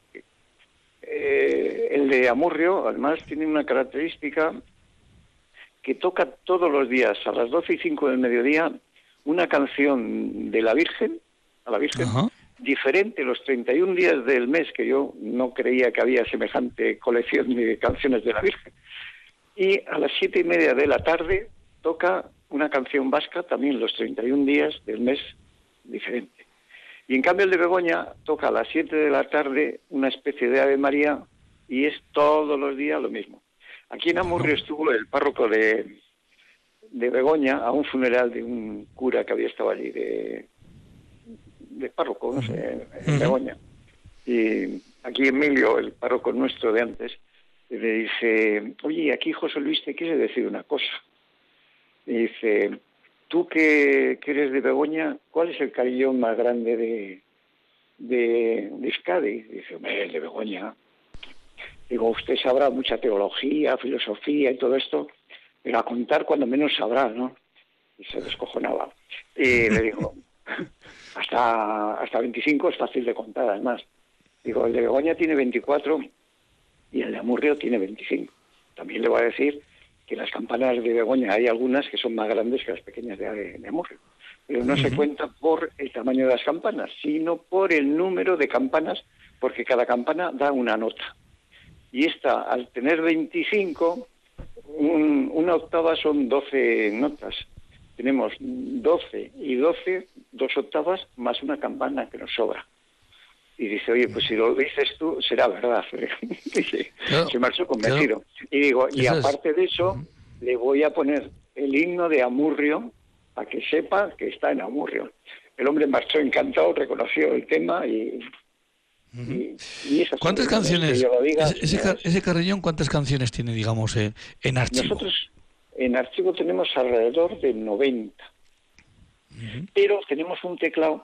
el de Amurrio, además, tiene una característica que toca todos los días a las 12:05 del mediodía una canción de la Virgen, a la Virgen, diferente los 31 días del mes, que yo no creía que había semejante colección de canciones de la Virgen. Y a las 7:30 de la tarde toca una canción vasca, también los 31 días del mes, diferente. Y en cambio el de Begoña toca a las 7 de la tarde una especie de Ave María y es todos los días lo mismo. Aquí en Amurrio estuvo el párroco de Begoña a un funeral de un cura que había estado allí de párroco, no sé, en Begoña. Y aquí Emilio, el párroco nuestro de antes, le dice, oye, aquí José Luis te quiere decir una cosa. Y dice, tú que eres de Begoña, ¿cuál es el carillón más grande de Euskadi? Y dice, hombre, el de Begoña. Digo, usted sabrá mucha teología, filosofía y todo esto, pero a contar cuando menos sabrá, ¿no? Y se descojonaba. Y le digo, hasta 25 es fácil de contar, además. Digo, el de Begoña tiene 24 y el de Amurrio tiene 25. También le voy a decir que las campanas de Begoña hay algunas que son más grandes que las pequeñas de Amurrio. Pero no se cuenta por el tamaño de las campanas, sino por el número de campanas, porque cada campana da una nota. Y esta, al tener 25, una octava son 12 notas. Tenemos 12 y 12, 2 octavas, más una campana que nos sobra. Y dice, oye, pues si lo dices tú, será verdad. Dice, se marchó convencido. Y digo, y aparte de eso, le voy a poner el himno de Amurrio para que sepa que está en Amurrio. El hombre marchó encantado, reconoció el tema y esas ¿cuántas canciones? Ese carrillón, ¿cuántas canciones tiene, digamos, en archivo? Nosotros en archivo tenemos alrededor de 90. Pero tenemos un teclado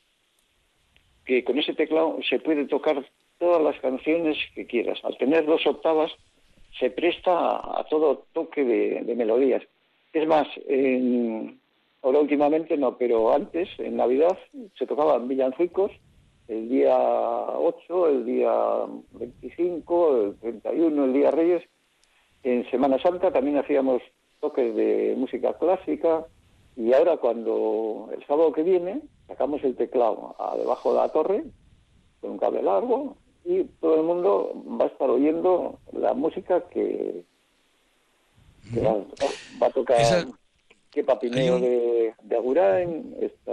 que con ese teclado se puede tocar todas las canciones que quieras. Al tener 2 octavas se presta a todo toque de melodías. Es más, ahora últimamente no, pero antes, en Navidad, se tocaban villancicos el día 8, el día 25, el 31, el día Reyes. En Semana Santa también hacíamos toques de música clásica, y ahora cuando el sábado que viene sacamos el teclado debajo de la torre con un cable largo, y todo el mundo va a estar oyendo la música que va a tocar. Kepa Pineo de Agurain, está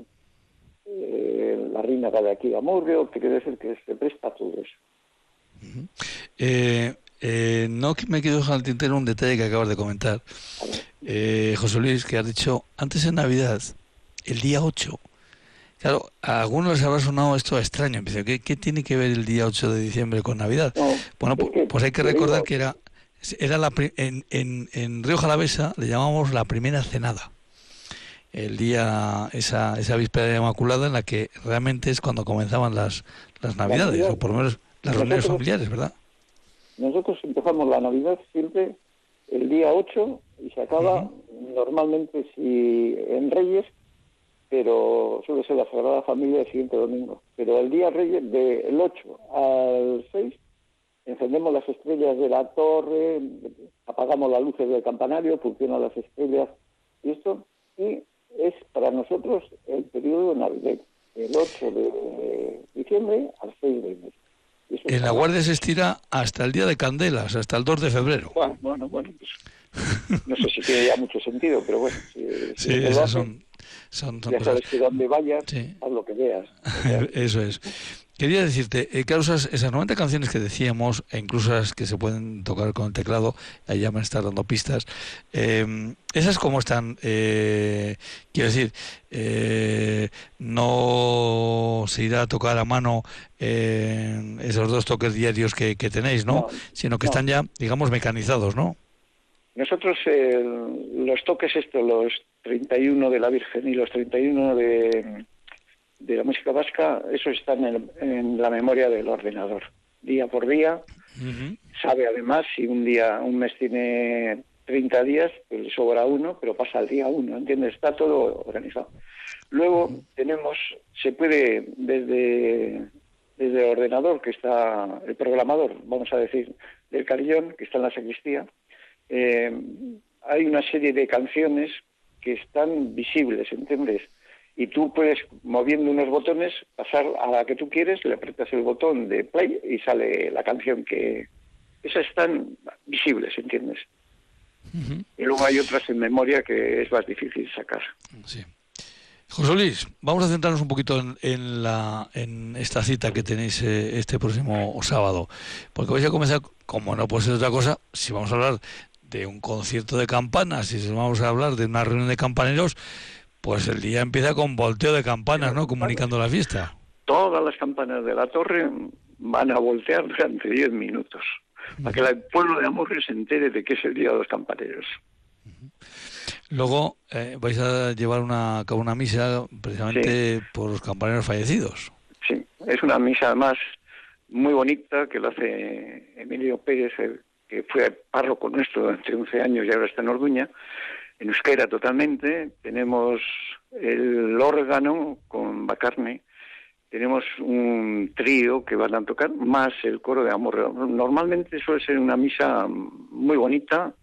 la Reina de aquí de Amurrio, que quiere decir que se presta a todo eso. No me quiero dejar al tintero un detalle que acabas de comentar, José Luis, que has dicho antes en Navidad, el día 8. Claro, a algunos les habrá sonado esto extraño. ¿Qué tiene que ver el día 8 de diciembre con Navidad? No, bueno, pues hay que recordar que era en Rioja Alavesa le llamamos la primera cenada. El día, esa víspera de Inmaculada, en la que realmente es cuando comenzaban las Navidades, o por lo menos las reuniones familiares, ¿verdad? Nosotros empezamos la Navidad siempre el día 8 y se acaba normalmente si en Reyes, pero suele ser la Sagrada Familia el siguiente domingo. Pero el día Reyes, del 8 al 6, encendemos las estrellas de la torre, apagamos las luces del campanario, funcionan las estrellas y esto, y es para nosotros el periodo navideño, el 8 de diciembre al 6 de enero. En la Guardia se estira hasta el Día de Candelas, hasta el 2 de febrero. Bueno, pues no sé si tiene ya mucho sentido, pero bueno. Sí, esas son ya sabes que donde vayas, haz lo que veas. Eso es. Quería decirte, claro, esas 90 canciones que decíamos, e incluso las que se pueden tocar con el teclado, ahí ya me estás dando pistas, esas como están, quiero decir, no se irá a tocar a mano esos 2 toques diarios que tenéis, ¿no? Sino que están ya, digamos, mecanizados, ¿no? Nosotros los toques los 31 de la Virgen y los 31 de la música vasca, eso está en la memoria del ordenador, día por día. Sabe además si un mes tiene 30 días, pues le sobra uno, pero pasa al día 1, ¿entiendes? Está todo organizado. Luego se puede desde el ordenador, que está el programador, vamos a decir, del carillón, que está en la sacristía, hay una serie de canciones que están visibles, ¿entiendes? Y tú puedes, moviendo unos botones, pasar a la que tú quieres, le aprietas el botón de play y sale la canción que... Esas están visibles, ¿entiendes? Y luego hay otras en memoria que es más difícil sacar. Sí. José Luis, vamos a centrarnos un poquito en esta cita que tenéis este próximo sábado, porque vais a comenzar, como no puede ser otra cosa, si vamos a hablar de un concierto de campanas, si vamos a hablar de una reunión de campaneros, pues el día empieza con volteo de campanas, ¿no? Comunicando la fiesta. Todas las campanas de la torre van a voltear durante 10 minutos, para que el pueblo de Amurrio se entere de que es el día de los campaneros. Luego vais a llevar a cabo una misa precisamente por los campaneros fallecidos. Sí, es una misa además muy bonita que lo hace Emilio Pérez, que fue párroco nuestro durante 11 años y ahora está en Orduña, en euskera totalmente. Tenemos el órgano con Bacarne, tenemos un trío que van a tocar, más el coro de Amurrio. Normalmente suele ser una misa muy bonita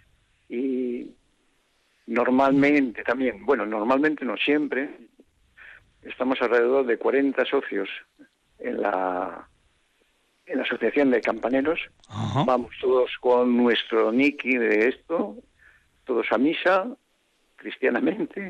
y normalmente también, normalmente no siempre, estamos alrededor de 40 socios en la asociación de campaneros. Vamos todos con nuestro Niki de esto, todos a misa, cristianamente,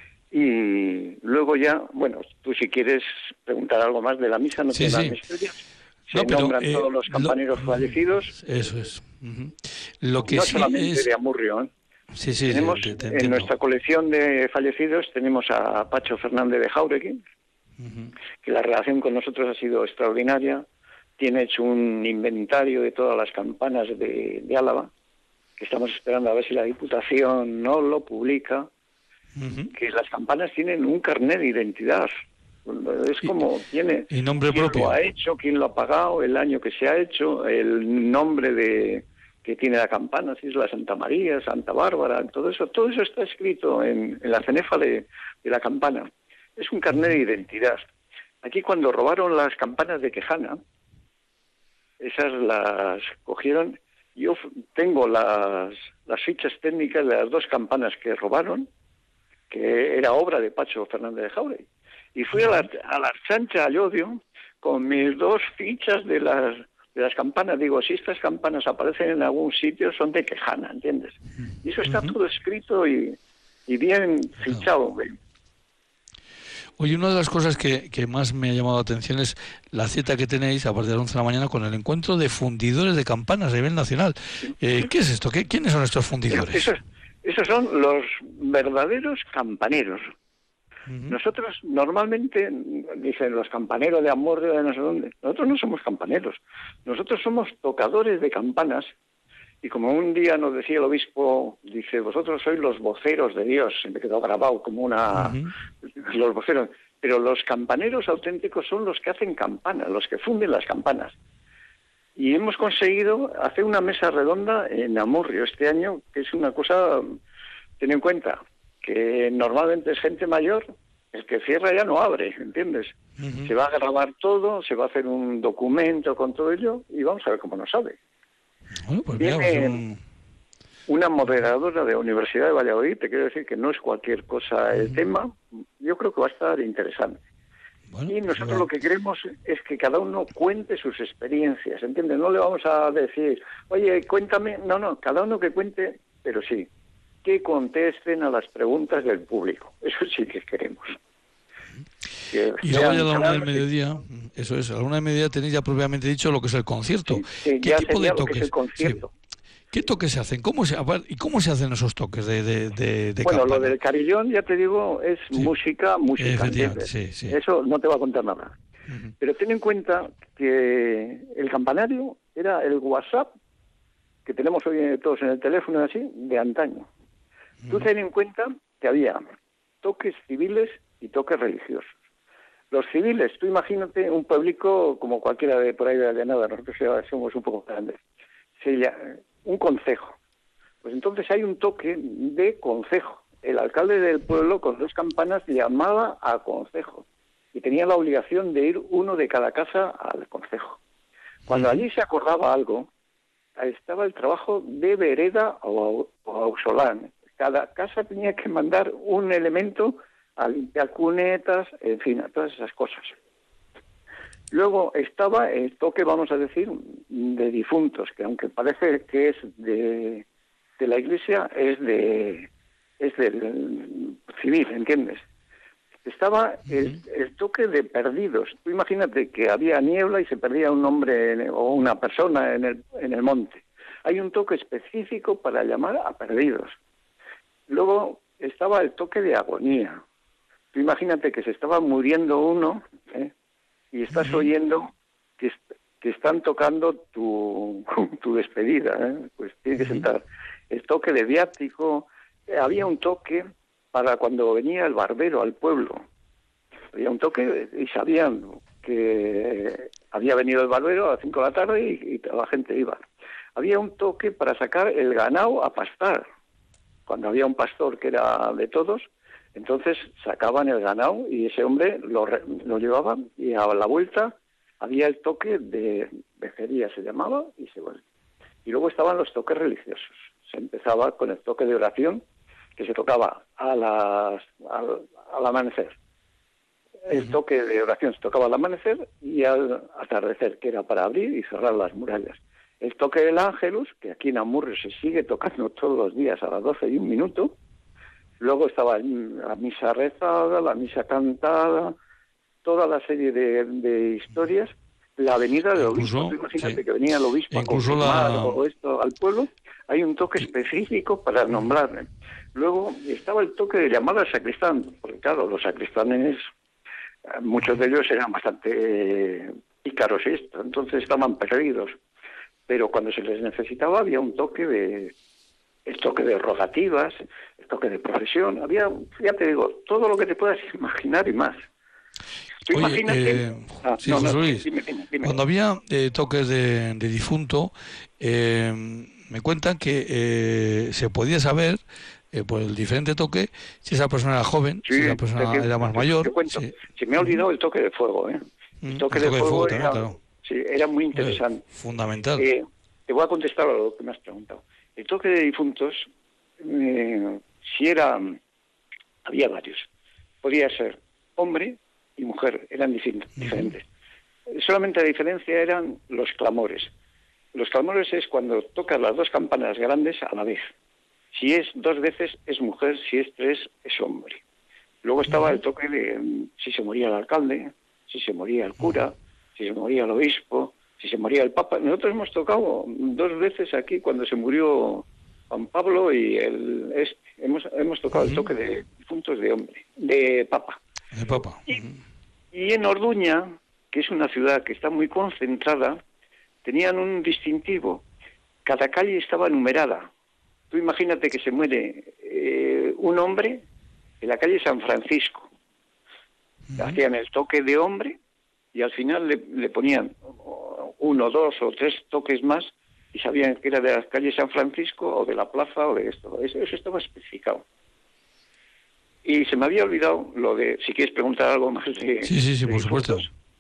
y luego ya, tú si quieres preguntar algo más de la misa, no tiene más misterio. Se nombran todos los campaneros fallecidos. Eso es. Lo que no sí solamente es... de Amurrio, Sí, tenemos en nuestra colección de fallecidos tenemos a Pacho Fernández de Jauregui, que la relación con nosotros ha sido extraordinaria. Tiene hecho un inventario de todas las campanas de Álava, que estamos esperando a ver si la Diputación no lo publica, que las campanas tienen un carnet de identidad. Es como tiene y nombre quién propio. Lo ha hecho, quién lo ha pagado, el año que se ha hecho, el nombre de que tiene la campana, si es la Santa María, Santa Bárbara, todo eso está escrito en la cenefa de la campana. Es un carnet de identidad. Aquí cuando robaron las campanas de Quejana, esas las cogieron. Yo tengo las fichas técnicas de las 2 campanas que robaron, que era obra de Pacho Fernández de Jauregui. Y fui a la Archancha, a Llodio, con mis 2 fichas de las campanas. Digo, si estas campanas aparecen en algún sitio, son de Quejana, ¿entiendes? Y eso está todo escrito y bien fichado. Oye, una de las cosas que más me ha llamado la atención es la cita que tenéis a partir de las 11 de la mañana con el encuentro de fundidores de campanas a nivel nacional. ¿Qué es esto? ¿Quiénes son estos fundidores? Esos son los verdaderos campaneros. Nosotros normalmente, dicen los campaneros de Amurrio, de no sé dónde. Nosotros no somos campaneros. Nosotros somos tocadores de campanas. Y como un día nos decía el obispo, dice, vosotros sois los voceros de Dios. Se me quedó grabado como los voceros. Pero los campaneros auténticos son los que hacen campanas, los que funden las campanas. Y hemos conseguido hacer una mesa redonda en Amurrio este año, que es una cosa, ten en cuenta, que normalmente es gente mayor, el que cierra ya no abre, ¿entiendes? Se va a grabar todo, se va a hacer un documento con todo ello y vamos a ver cómo nos sale. Bueno, pues viene una moderadora de la Universidad de Valladolid, te quiero decir que no es cualquier cosa el tema, yo creo que va a estar interesante. Bueno, y nosotros lo que queremos es que cada uno cuente sus experiencias, ¿entiendes? No le vamos a decir, oye, cuéntame, no, cada uno que cuente, pero sí, que contesten a las preguntas del público, eso sí que queremos. Y luego ya a la 1 del mediodía, eso es, a la 1 del mediodía tenéis ya propiamente dicho lo que es el concierto. Sí, ¿Qué tipo de toques? Es el concierto. Sí. ¿Qué toques se hacen? ¿Cómo se hacen esos toques de bueno, campana? Lo del carillón, ya te digo, es música, efectivamente, sí. Eso no te va a contar nada. Pero ten en cuenta que el campanario era el WhatsApp que tenemos hoy todos en el teléfono, así, de antaño. Tú ten en cuenta que había toques civiles y toques religiosos. Los civiles, tú imagínate un pueblico como cualquiera de por ahí de Allanada, nosotros somos un poco grandes, un concejo. Pues entonces hay un toque de concejo. El alcalde del pueblo con 2 campanas llamaba a concejo y tenía la obligación de ir uno de cada casa al concejo. Cuando allí se acordaba algo, estaba el trabajo de vereda o ausolán. Cada casa tenía que mandar un elemento a limpiar cunetas, en fin, a todas esas cosas. Luego estaba el toque, vamos a decir, de difuntos, que aunque parece que es de la iglesia, es del civil, ¿entiendes? Estaba el toque de perdidos. Tú imagínate que había niebla y se perdía un hombre o una persona en el monte. Hay un toque específico para llamar a perdidos. Luego estaba el toque de agonía. Tú imagínate que se estaba muriendo uno, y estás oyendo que están tocando tu despedida, pues tienes que sentar. El toque de viático. Había un toque para cuando venía el barbero al pueblo. Había un toque y sabían que había venido el barbero a las 5 de la tarde y la gente iba. Había un toque para sacar el ganado a pastar. Cuando había un pastor que era de todos, entonces sacaban el ganado y ese hombre lo llevaba y a la vuelta había el toque de becería, se llamaba, y se vuelve. Y luego estaban los toques religiosos. Se empezaba con el toque de oración, que se tocaba al amanecer. El toque de oración se tocaba al amanecer y al atardecer, que era para abrir y cerrar las murallas. El toque del Ángelus, que aquí en Amurrio se sigue tocando todos los días a las 12:01. Luego estaba la misa rezada, la misa cantada, toda la serie de historias. La venida del obispo, imagínate que venía el obispo a confirmar todo esto al pueblo. Hay un toque específico para nombrarle. Luego estaba el toque de llamar al sacristán, porque claro, los sacristanes, muchos de ellos eran bastante pícaros, entonces estaban perdidos. Pero cuando se les necesitaba había un toque el toque de rogativas, el toque de profesión, había, ya te digo, todo lo que te puedas imaginar y más. Oye, imagínate... José Luis, dime. cuando había toques de difunto, me cuentan que se podía saber por el diferente toque si esa persona era joven, si esa persona era más mayor. Te cuento, se me ha olvidado el toque de fuego, ¿eh? El toque de fuego era, claro. Sí, era muy interesante. Fundamental. Te voy a contestar a lo que me has preguntado. El toque de difuntos, si era, había varios. Podía ser hombre y mujer, eran diferentes. Solamente la diferencia eran los clamores. Los clamores es cuando tocas las dos campanas grandes a la vez. Si es 2 veces es mujer, si es 3 es hombre. Luego estaba el toque de si se moría el alcalde, si se moría el cura, si se moría el obispo, si se moría el papa. Nosotros hemos tocado 2 veces aquí cuando se murió Juan Pablo y hemos tocado el toque de difuntos de hombre, de papa. De papa. Y en Orduña, que es una ciudad que está muy concentrada, tenían un distintivo. Cada calle estaba numerada. Tú imagínate que se muere un hombre en la calle San Francisco. Hacían el toque de hombre y al final le ponían 1, 2 o 3 toques más y sabían que era de la calle San Francisco o de la plaza o de esto. Eso estaba especificado. Y se me había olvidado lo de, si quieres preguntar algo más de... Sí, por supuesto.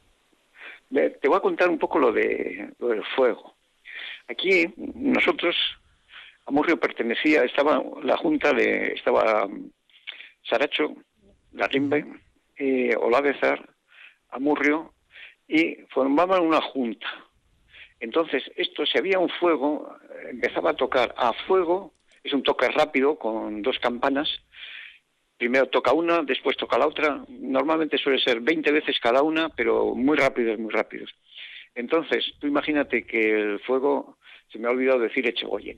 Te voy a contar un poco lo del fuego. Aquí nosotros, Amurrio pertenecía, estaba la junta estaba Saracho, Larrimbe, Olavezar, Amurrio, y formaban una junta. Entonces, si había un fuego, empezaba a tocar a fuego, es un toque rápido con 2 campanas. Primero toca una, después toca la otra. Normalmente suele ser 20 veces cada una, pero muy rápidos. Entonces, tú imagínate que el fuego, se me ha olvidado decir Echegoyen.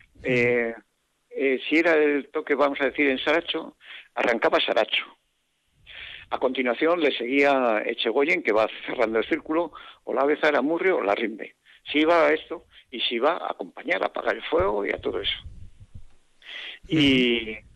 Si era el toque, vamos a decir, en Saracho, arrancaba Saracho. A continuación le seguía Echegoyen, que va cerrando el círculo, Olavezar, Amurrio o Larrimbe. Si iba a esto, y si iba a acompañar, a apagar el fuego y a todo eso. Y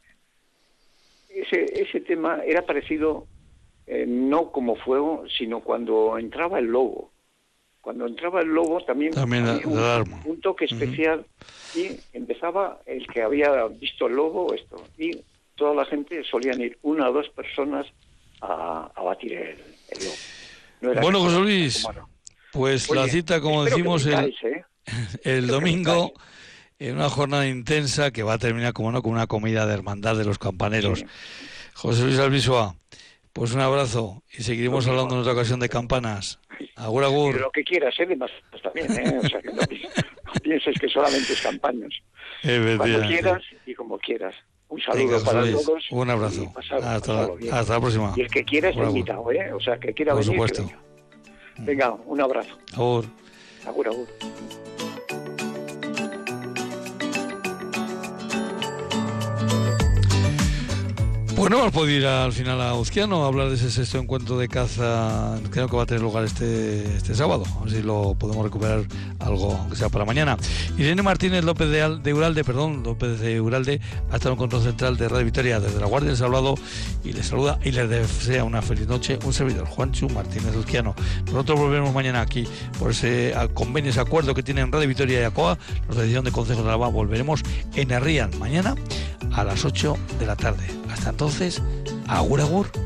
ese tema era parecido, no como fuego, sino cuando entraba el lobo. Cuando entraba el lobo también había un toque especial y empezaba el que había visto el lobo, y toda la gente solían ir 1 o 2 personas a batir el lobo. No era bueno, José Luis, pues oye, la cita, como decimos, el domingo, en una jornada intensa que va a terminar, como no, con una comida de hermandad de los campaneros. Sí. José Luis Albisoa, pues un abrazo y seguiremos hablando en otra ocasión de campanas. Agur, agur. Lo que quieras, de más también, O sea, que no pienses que solamente es campañas. Cuando quieras y como quieras. Un saludo para todos. Un abrazo. Hasta la próxima. Y el que quiera es invitado, O sea, que quiera venir. Por supuesto. Venga, un abrazo. Agur. Agur, agur. Pues no hemos podido ir al final a Uzquiano a hablar de ese 6º encuentro de caza, creo que va a tener lugar este sábado, a ver si lo podemos recuperar algo, aunque sea para mañana. Irene Martínez López de Uralde ha estado en control central de Radio Vitoria. Desde La Guardia les ha hablado y les saluda y les desea una feliz noche un servidor, Juancho Martínez Uzquiano. Nosotros volveremos mañana aquí por ese convenio, ese acuerdo que tienen Radio Vitoria y ACOA, la Asociación de Consejos de Álava. Volveremos en Herrían mañana a las 8 de la tarde. Hasta entonces, agur, agur.